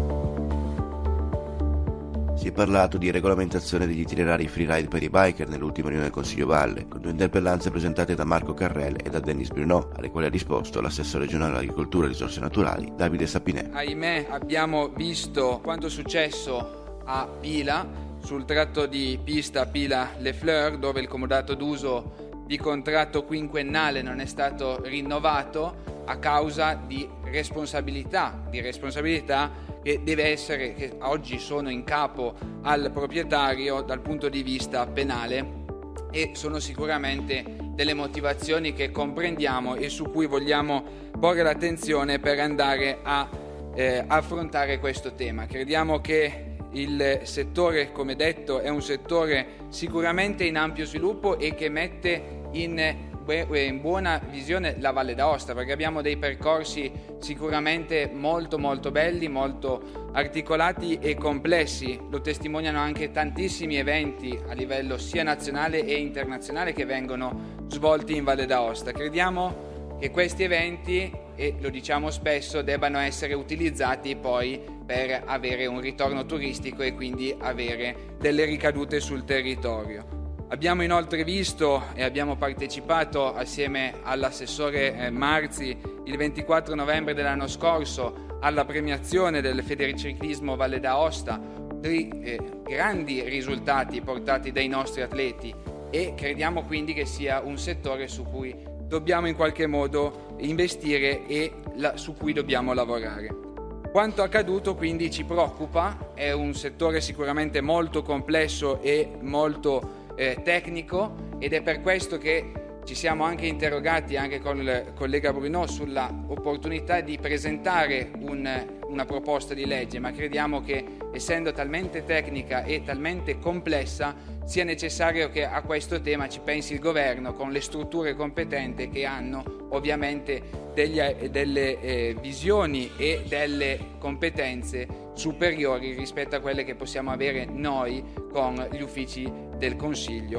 Si è parlato di regolamentazione degli itinerari freeride per i biker nell'ultima riunione del Consiglio Valle, con due interpellanze presentate da Marco Carrel e da Denis Bruno, alle quali ha risposto l'assessore regionale all'agricoltura e risorse naturali, Davide Sapinè. Ahimè, abbiamo visto quanto è successo a Pila, sul tratto di pista Pila-Le Fleur, dove il comodato d'uso di contratto quinquennale non è stato rinnovato a causa di responsabilità, di responsabilità che deve essere, che oggi sono in capo al proprietario dal punto di vista penale, e sono sicuramente delle motivazioni che comprendiamo e su cui vogliamo porre l'attenzione per andare a eh, affrontare questo tema. Crediamo che il settore, come detto, è un settore sicuramente in ampio sviluppo e che mette in in buona visione la Valle d'Aosta, perché abbiamo dei percorsi sicuramente molto molto belli, molto articolati e complessi. Lo testimoniano anche tantissimi eventi a livello sia nazionale e internazionale che vengono svolti in Valle d'Aosta. Crediamo che questi eventi, e lo diciamo spesso, debbano essere utilizzati poi per avere un ritorno turistico e quindi avere delle ricadute sul territorio. Abbiamo inoltre visto e abbiamo partecipato assieme all'assessore Marzi il ventiquattro novembre dell'anno scorso alla premiazione del Federiciclismo Valle d'Aosta, dei eh, grandi risultati portati dai nostri atleti, e crediamo quindi che sia un settore su cui dobbiamo in qualche modo investire e la, su cui dobbiamo lavorare. Quanto accaduto quindi ci preoccupa, è un settore sicuramente molto complesso e molto Eh, tecnico, ed è per questo che ci siamo anche interrogati anche con il collega Bruno sulla opportunità di presentare un, una proposta di legge, ma crediamo che, essendo talmente tecnica e talmente complessa, sia necessario che a questo tema ci pensi il governo con le strutture competenti che hanno ovviamente degli, delle eh, visioni e delle competenze superiori rispetto a quelle che possiamo avere noi con gli uffici del Consiglio.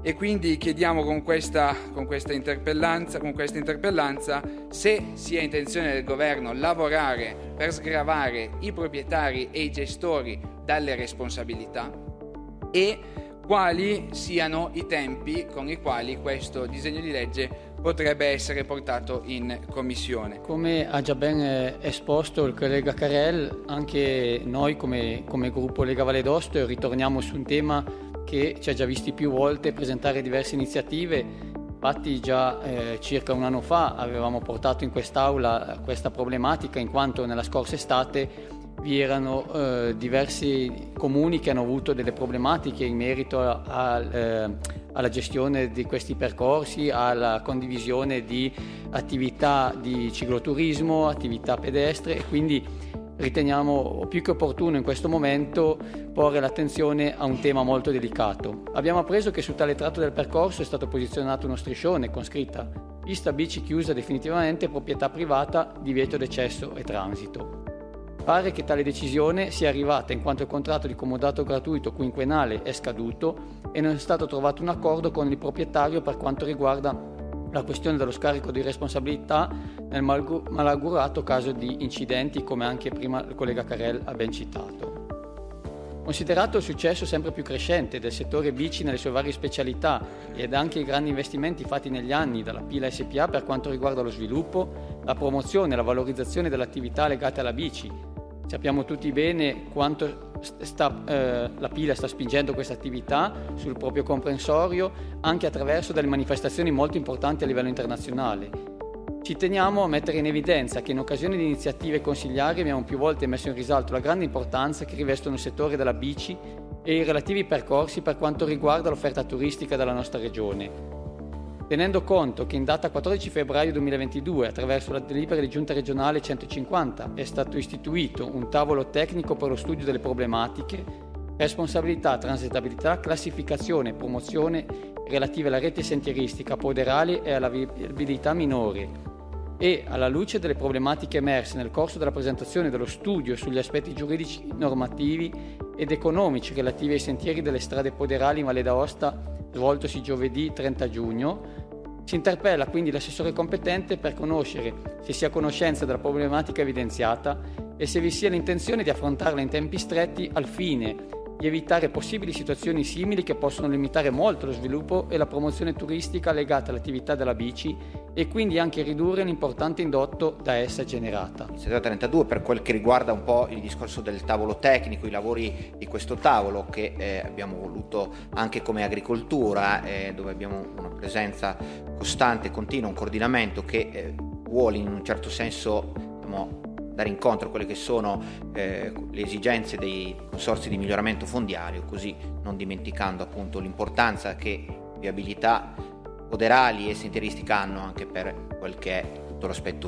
E quindi chiediamo con questa, con questa interpellanza, con questa interpellanza se sia intenzione del governo lavorare per sgravare i proprietari e i gestori dalle responsabilità e quali siano i tempi con i quali questo disegno di legge potrebbe essere portato in commissione. Come ha già ben esposto il collega Carel, anche noi come, come gruppo Lega Valle d'Aosta ritorniamo su un tema che ci ha già visti più volte presentare diverse iniziative. Infatti già eh, circa un anno fa avevamo portato in quest'aula questa problematica, in quanto nella scorsa estate vi erano eh, diversi comuni che hanno avuto delle problematiche in merito a, a, eh, alla gestione di questi percorsi, alla condivisione di attività di cicloturismo, attività pedestre, e quindi riteniamo più che opportuno in questo momento porre l'attenzione a un tema molto delicato. Abbiamo appreso che su tale tratto del percorso è stato posizionato uno striscione con scritta pista bici chiusa definitivamente, proprietà privata, divieto d'eccesso e transito. Pare che tale decisione sia arrivata in quanto il contratto di comodato gratuito quinquennale è scaduto e non è stato trovato un accordo con il proprietario per quanto riguarda la questione dello scarico di responsabilità nel malaugurato caso di incidenti, come anche prima il collega Carel ha ben citato. Considerato il successo sempre più crescente del settore bici nelle sue varie specialità ed anche i grandi investimenti fatti negli anni dalla Pila S P A per quanto riguarda lo sviluppo, la promozione e la valorizzazione delle attività legate alla bici, sappiamo tutti bene quanto sta, eh, la Pila sta spingendo questa attività sul proprio comprensorio anche attraverso delle manifestazioni molto importanti a livello internazionale. Ci teniamo a mettere in evidenza che in occasione di iniziative consigliari abbiamo più volte messo in risalto la grande importanza che rivestono il settore della bici e i relativi percorsi per quanto riguarda l'offerta turistica della nostra regione. Tenendo conto che in data quattordici febbraio duemilaventidue, attraverso la delibera di giunta regionale centocinquanta, è stato istituito un tavolo tecnico per lo studio delle problematiche, responsabilità, transitabilità, classificazione e promozione relative alla rete sentieristica poderale e alla viabilità minore, e alla luce delle problematiche emerse nel corso della presentazione dello studio sugli aspetti giuridici, normativi ed economici relativi ai sentieri delle strade poderali in Valle d'Aosta, svoltosi giovedì trenta giugno, si interpella quindi l'assessore competente per conoscere se sia a conoscenza della problematica evidenziata e se vi sia l'intenzione di affrontarla in tempi stretti al fine di evitare possibili situazioni simili che possono limitare molto lo sviluppo e la promozione turistica legata all'attività della bici e quindi anche ridurre l'importante indotto da essa generata. Iniziativa trentadue per quel che riguarda un po' il discorso del tavolo tecnico, i lavori di questo tavolo che eh, abbiamo voluto anche come agricoltura, eh, dove abbiamo una presenza costante, continua, un coordinamento che eh, vuole in un certo senso diciamo, dare incontro a quelle che sono eh, le esigenze dei consorzi di miglioramento fondiario, così non dimenticando appunto l'importanza che viabilità poderali e sentieristica hanno anche per quel che è tutto l'aspetto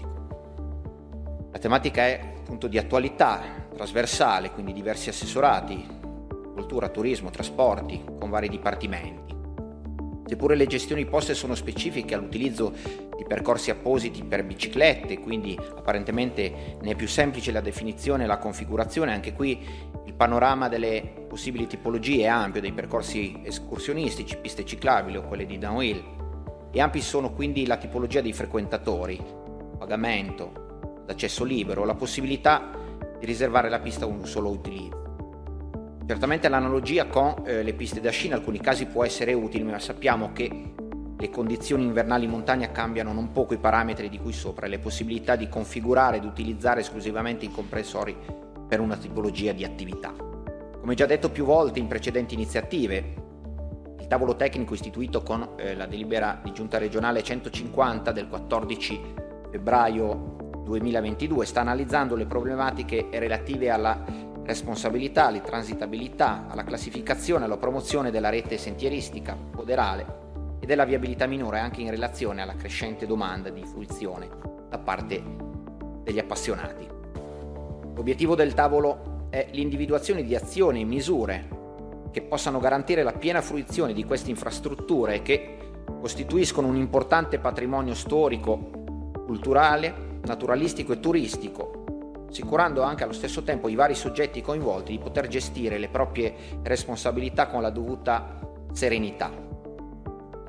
turistico. La tematica è appunto di attualità, trasversale, quindi diversi assessorati, cultura, turismo, trasporti, con vari dipartimenti. Seppure le gestioni poste sono specifiche all'utilizzo di percorsi appositi per biciclette, quindi apparentemente ne è più semplice la definizione e la configurazione, anche qui il panorama delle possibili tipologie è ampio, dei percorsi escursionistici, piste ciclabili o quelle di downhill, e ampi sono quindi la tipologia dei frequentatori, pagamento, d'accesso libero, la possibilità di riservare la pista a un solo utilizzo. Certamente l'analogia con eh, le piste da sci in alcuni casi può essere utile, ma sappiamo che le condizioni invernali in montagna cambiano non poco i parametri di cui sopra e le possibilità di configurare ed utilizzare esclusivamente i comprensori per una tipologia di attività. Come già detto più volte in precedenti iniziative, il tavolo tecnico istituito con eh, la delibera di giunta regionale centocinquanta del quattordici febbraio duemilaventidue sta analizzando le problematiche relative alla responsabilità, alla transitabilità, alla classificazione, alla promozione della rete sentieristica poderale e della viabilità minore anche in relazione alla crescente domanda di fruizione da parte degli appassionati. L'obiettivo del tavolo è l'individuazione di azioni e misure che possano garantire la piena fruizione di queste infrastrutture e che costituiscono un importante patrimonio storico, culturale, naturalistico e turistico, assicurando anche allo stesso tempo i vari soggetti coinvolti di poter gestire le proprie responsabilità con la dovuta serenità.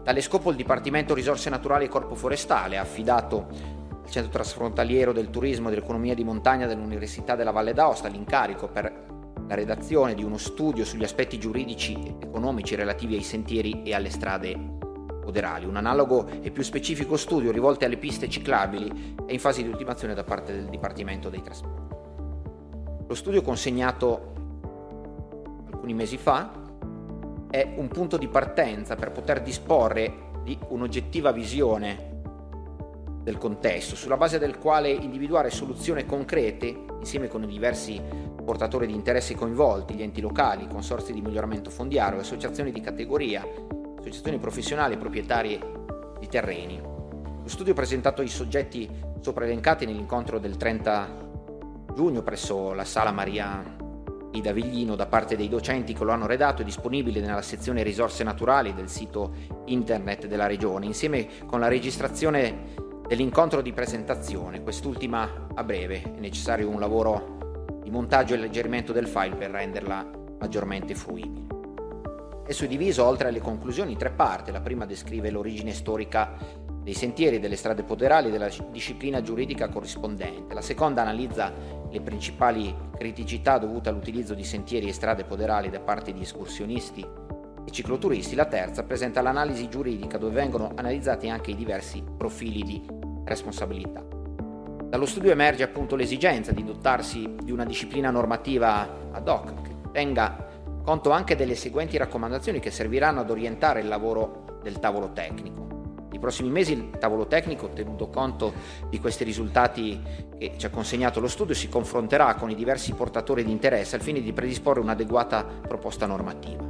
Tale scopo il Dipartimento Risorse Naturali e Corpo Forestale ha affidato al Centro Trasfrontaliero del Turismo e dell'Economia di Montagna dell'Università della Valle d'Aosta l'incarico per la redazione di uno studio sugli aspetti giuridici e economici relativi ai sentieri e alle strade poderali. Un analogo e più specifico studio rivolto alle piste ciclabili è in fase di ultimazione da parte del Dipartimento dei Trasporti. Lo studio consegnato alcuni mesi fa è un punto di partenza per poter disporre di un'oggettiva visione del contesto, sulla base del quale individuare soluzioni concrete insieme con i diversi portatori di interessi coinvolti, gli enti locali, i consorzi di miglioramento fondiario, associazioni di categoria, associazioni professionali e proprietarie di terreni. Lo studio presentato ai soggetti sopra elencati nell'incontro del trenta giugno presso la Sala Maria Ida Viglino da parte dei docenti che lo hanno redatto è disponibile nella sezione risorse naturali del sito internet della Regione, insieme con la registrazione dell'incontro di presentazione, quest'ultima a breve. È necessario un lavoro di montaggio e alleggerimento del file per renderla maggiormente fruibile. Esso è diviso, oltre alle conclusioni, in tre parti. La prima descrive l'origine storica dei sentieri e delle strade poderali e della disciplina giuridica corrispondente. La seconda analizza le principali criticità dovute all'utilizzo di sentieri e strade poderali da parte di escursionisti e cicloturisti. La terza presenta l'analisi giuridica dove vengono analizzati anche i diversi profili di responsabilità. Dallo studio emerge appunto l'esigenza di dotarsi di una disciplina normativa ad hoc che tenga conto anche delle seguenti raccomandazioni che serviranno ad orientare il lavoro del tavolo tecnico. Nei prossimi mesi il tavolo tecnico, tenuto conto di questi risultati che ci ha consegnato lo studio, si confronterà con i diversi portatori di interesse al fine di predisporre un'adeguata proposta normativa.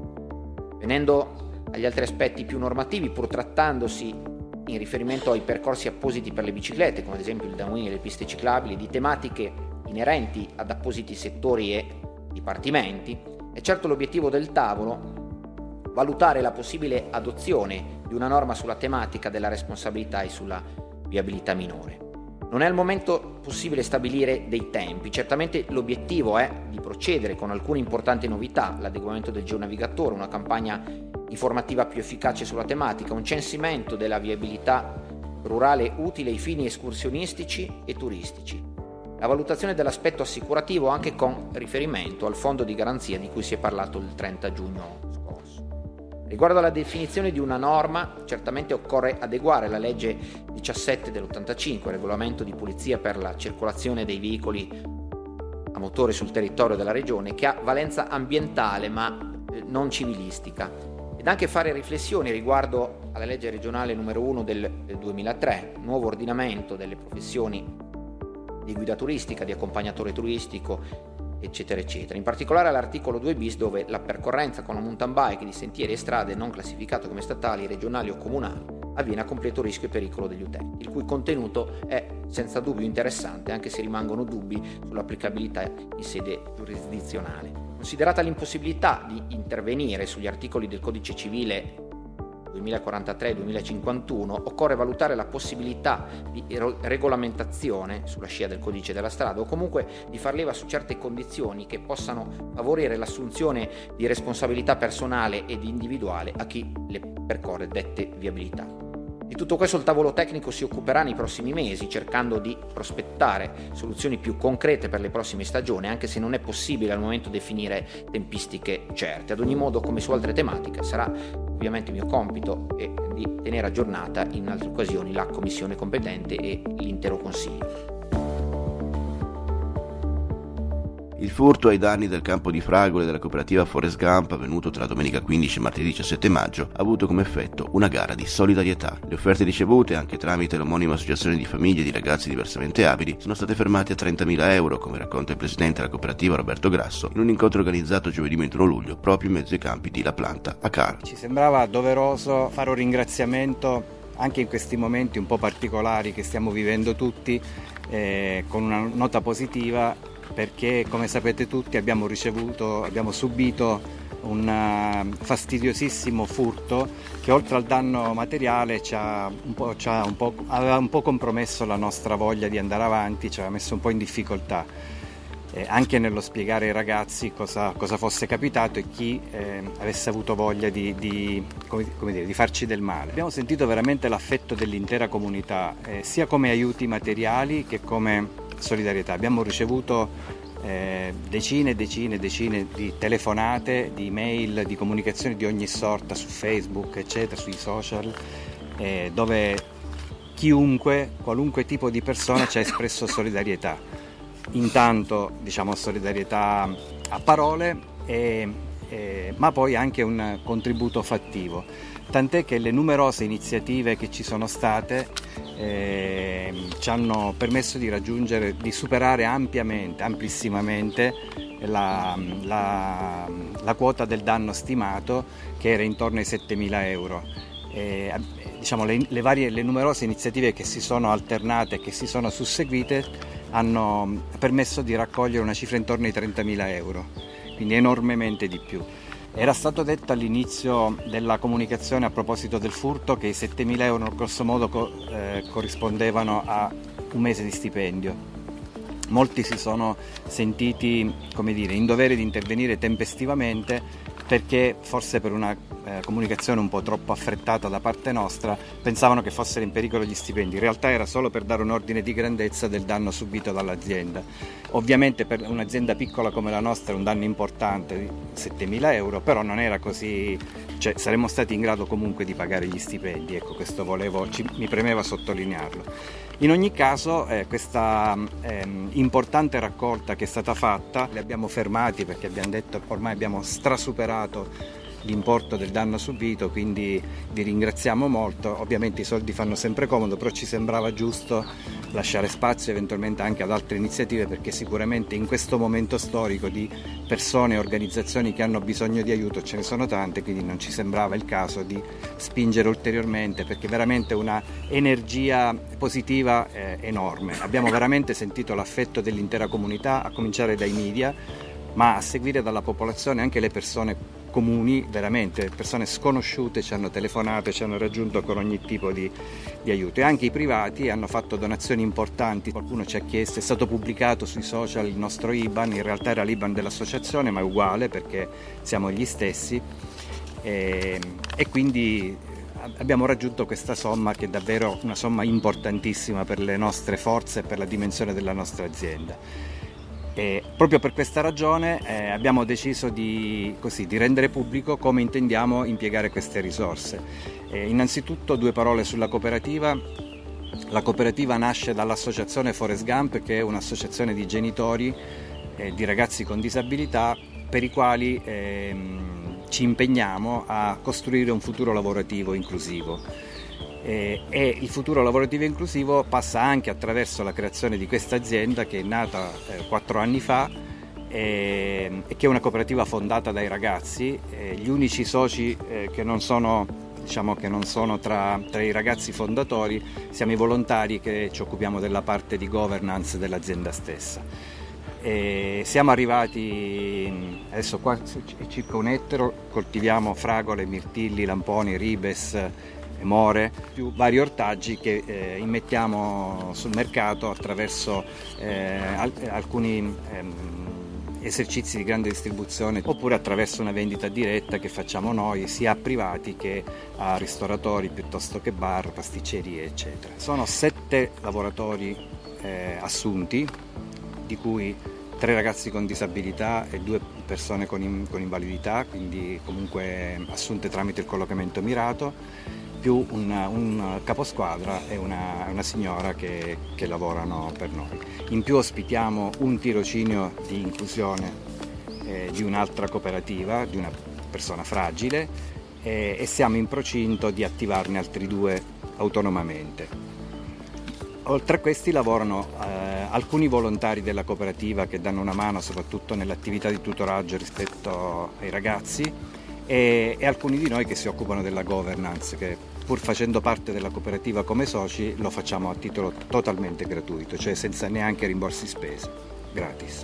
Venendo agli altri aspetti più normativi, pur trattandosi in riferimento ai percorsi appositi per le biciclette, come ad esempio il downhill e le piste ciclabili, di tematiche inerenti ad appositi settori e dipartimenti, è certo l'obiettivo del tavolo valutare la possibile adozione di una norma sulla tematica della responsabilità e sulla viabilità minore. Non è al momento possibile stabilire dei tempi, certamente l'obiettivo è di procedere con alcune importanti novità, l'adeguamento del geonavigatore, una campagna informativa più efficace sulla tematica, un censimento della viabilità rurale utile ai fini escursionistici e turistici, la valutazione dell'aspetto assicurativo anche con riferimento al fondo di garanzia di cui si è parlato il trenta giugno scorso. Riguardo alla definizione di una norma, certamente occorre adeguare la legge diciassette dell'ottantacinque, regolamento di pulizia per la circolazione dei veicoli a motore sul territorio della regione, che ha valenza ambientale ma eh, non civilistica, ed anche fare riflessioni riguardo alla legge regionale numero uno del duemilatré, nuovo ordinamento delle professioni di guida turistica, di accompagnatore turistico, eccetera eccetera. In particolare all'articolo due bis, dove la percorrenza con la mountain bike di sentieri e strade non classificate come statali, regionali o comunali avviene a completo rischio e pericolo degli utenti, il cui contenuto è senza dubbio interessante, anche se rimangono dubbi sull'applicabilità in sede giurisdizionale. Considerata l'impossibilità di intervenire sugli articoli del Codice Civile duemilaquarantatré e duemilacinquantuno, occorre valutare la possibilità di regolamentazione sulla scia del codice della strada o comunque di far leva su certe condizioni che possano favorire l'assunzione di responsabilità personale ed individuale a chi le percorre dette viabilità. Di tutto questo il tavolo tecnico si occuperà nei prossimi mesi, cercando di prospettare soluzioni più concrete per le prossime stagioni, anche se non è possibile al momento definire tempistiche certe. Ad ogni modo, come su altre tematiche, sarà ovviamente mio compito e di tenere aggiornata in altre occasioni la commissione competente e l'intero consiglio. Il furto ai danni del campo di fragole della cooperativa Forest Gump, avvenuto tra domenica quindici e martedì diciassette maggio, ha avuto come effetto una gara di solidarietà. Le offerte ricevute, anche tramite l'omonima associazione di famiglie di ragazzi diversamente abili, sono state fermate a trentamila euro, come racconta il presidente della cooperativa Roberto Grasso, in un incontro organizzato giovedì ventuno luglio, proprio in mezzo ai campi di La Planta, a Caro. Ci sembrava doveroso fare un ringraziamento anche in questi momenti un po' particolari che stiamo vivendo tutti, eh, con una nota positiva, perché come sapete tutti abbiamo ricevuto, abbiamo subito un uh, fastidiosissimo furto che oltre al danno materiale ci ha un po', ci ha un po', aveva un po' compromesso la nostra voglia di andare avanti, ci aveva messo un po' in difficoltà. eh, anche nello spiegare ai ragazzi cosa, cosa fosse capitato e chi eh, avesse avuto voglia di, di, come, come dire, di farci del male. Abbiamo sentito veramente l'affetto dell'intera comunità, eh, sia come aiuti materiali che come solidarietà. Abbiamo ricevuto Eh, decine e decine e decine di telefonate, di email, di comunicazioni di ogni sorta su Facebook, eccetera, sui social, eh, dove chiunque, qualunque tipo di persona ci ha espresso solidarietà. Intanto, diciamo, solidarietà a parole, e, e, ma poi anche un contributo fattivo. Tant'è che le numerose iniziative che ci sono state eh, ci hanno permesso di raggiungere, di superare ampiamente, amplissimamente la, la, la quota del danno stimato, che era intorno ai settemila euro. E, diciamo, le, le, varie, le numerose iniziative che si sono alternate e che si sono susseguite hanno permesso di raccogliere una cifra intorno ai trentamila euro, quindi enormemente di più. Era stato detto all'inizio della comunicazione a proposito del furto che i settemila euro grosso modo co- eh, corrispondevano a un mese di stipendio. Molti si sono sentiti, come dire, in dovere di intervenire tempestivamente, perché forse per una eh, comunicazione un po' troppo affrettata da parte nostra pensavano che fossero in pericolo gli stipendi. In realtà era solo per dare un ordine di grandezza del danno subito dall'azienda. Ovviamente per un'azienda piccola come la nostra è un danno importante di settemila euro, però non era così, cioè saremmo stati in grado comunque di pagare gli stipendi, ecco, questo volevo, ci, mi premeva sottolinearlo. In ogni caso eh, questa eh, importante raccolta che è stata fatta, li abbiamo fermati perché abbiamo detto che ormai abbiamo strasuperato l'importo del danno subito, quindi vi ringraziamo molto. Ovviamente i soldi fanno sempre comodo, però ci sembrava giusto lasciare spazio eventualmente anche ad altre iniziative, perché sicuramente in questo momento storico di persone e organizzazioni che hanno bisogno di aiuto ce ne sono tante, quindi non ci sembrava il caso di spingere ulteriormente, perché veramente una energia positiva eh, enorme. Abbiamo veramente sentito l'affetto dell'intera comunità, a cominciare dai media, ma a seguire dalla popolazione. Anche le persone comuni, veramente persone sconosciute, ci hanno telefonato, ci hanno raggiunto con ogni tipo di, di aiuto, e anche i privati hanno fatto donazioni importanti. Qualcuno ci ha chiesto, è stato pubblicato sui social il nostro I B A N, in realtà era l'I B A N dell'associazione, ma è uguale perché siamo gli stessi, e, e quindi abbiamo raggiunto questa somma, che è davvero una somma importantissima per le nostre forze e per la dimensione della nostra azienda. E proprio per questa ragione eh, abbiamo deciso di, così, di rendere pubblico come intendiamo impiegare queste risorse. Eh, innanzitutto due parole sulla cooperativa. La cooperativa nasce dall'associazione Forrest Gump, che è un'associazione di genitori eh, di ragazzi con disabilità, per i quali eh, ci impegniamo a costruire un futuro lavorativo inclusivo. E il futuro lavorativo inclusivo passa anche attraverso la creazione di questa azienda, che è nata eh, quattro anni fa e, e che è una cooperativa fondata dai ragazzi. E gli unici soci eh, che non sono, diciamo, che non sono tra, tra i ragazzi fondatori siamo i volontari che ci occupiamo della parte di governance dell'azienda stessa. E siamo arrivati, adesso qua è circa un ettaro, coltiviamo fragole, mirtilli, lamponi, ribes, more, più vari ortaggi che eh, immettiamo sul mercato attraverso eh, al- alcuni ehm, esercizi di grande distribuzione, oppure attraverso una vendita diretta che facciamo noi sia a privati che a ristoratori piuttosto che bar, pasticcerie, eccetera. Sono sette lavoratori eh, assunti, di cui tre ragazzi con disabilità e due persone con, in- con invalidità, quindi comunque assunte tramite il collocamento mirato, più un, un caposquadra e una, una signora che, che lavorano per noi. In più ospitiamo un tirocinio di inclusione eh, di un'altra cooperativa, di una persona fragile, eh, e siamo in procinto di attivarne altri due autonomamente. Oltre a questi lavorano eh, alcuni volontari della cooperativa che danno una mano soprattutto nell'attività di tutoraggio rispetto ai ragazzi, e, e alcuni di noi che si occupano della governance, che pur facendo parte della cooperativa come soci lo facciamo a titolo totalmente gratuito, cioè senza neanche rimborsi spese, gratis.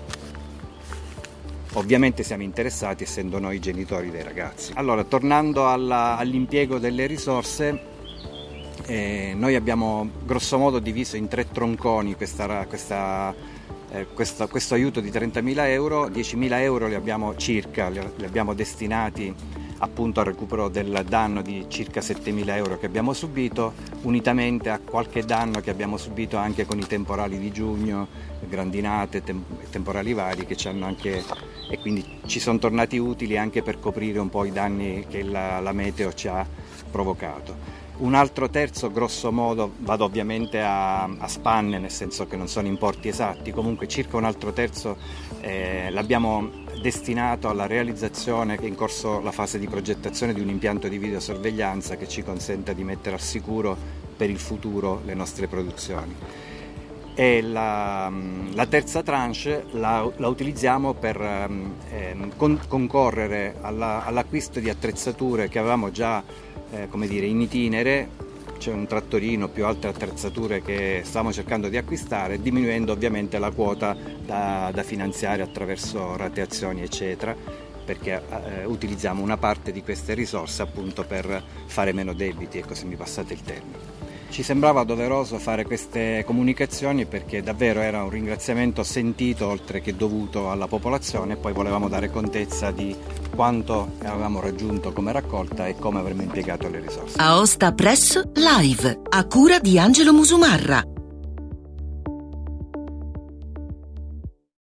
Ovviamente siamo interessati, essendo noi genitori dei ragazzi. Allora, tornando alla, all'impiego delle risorse, eh, noi abbiamo grosso modo diviso in tre tronconi questa, questa eh, questo, questo aiuto di trentamila euro, diecimila euro li abbiamo circa, li, li abbiamo destinati appunto al recupero del danno di circa settemila euro che abbiamo subito, unitamente a qualche danno che abbiamo subito anche con i temporali di giugno, grandinate, tem- temporali vari che ci hanno anche, e quindi ci sono tornati utili anche per coprire un po' i danni che la, la meteo ci ha provocato. Un altro terzo, grosso modo, vado ovviamente a, a spanne, nel senso che non sono importi esatti, comunque circa un altro terzo eh, l'abbiamo destinato alla realizzazione, che è in corso la fase di progettazione di un impianto di videosorveglianza che ci consenta di mettere al sicuro per il futuro le nostre produzioni. E la, la terza tranche la, la utilizziamo per eh, con, concorrere alla, all'acquisto di attrezzature che avevamo già eh, come dire, in itinere. C'è un trattorino, più altre attrezzature che stiamo cercando di acquistare, diminuendo ovviamente la quota da, da finanziare attraverso rateazioni eccetera, perché eh, utilizziamo una parte di queste risorse appunto per fare meno debiti, ecco, se mi passate il termine. Ci sembrava doveroso fare queste comunicazioni perché davvero era un ringraziamento sentito oltre che dovuto alla popolazione, e poi volevamo dare contezza di quanto avevamo raggiunto come raccolta e come avremmo impiegato le risorse. Aosta Press Live, a cura di Angelo Musumarra.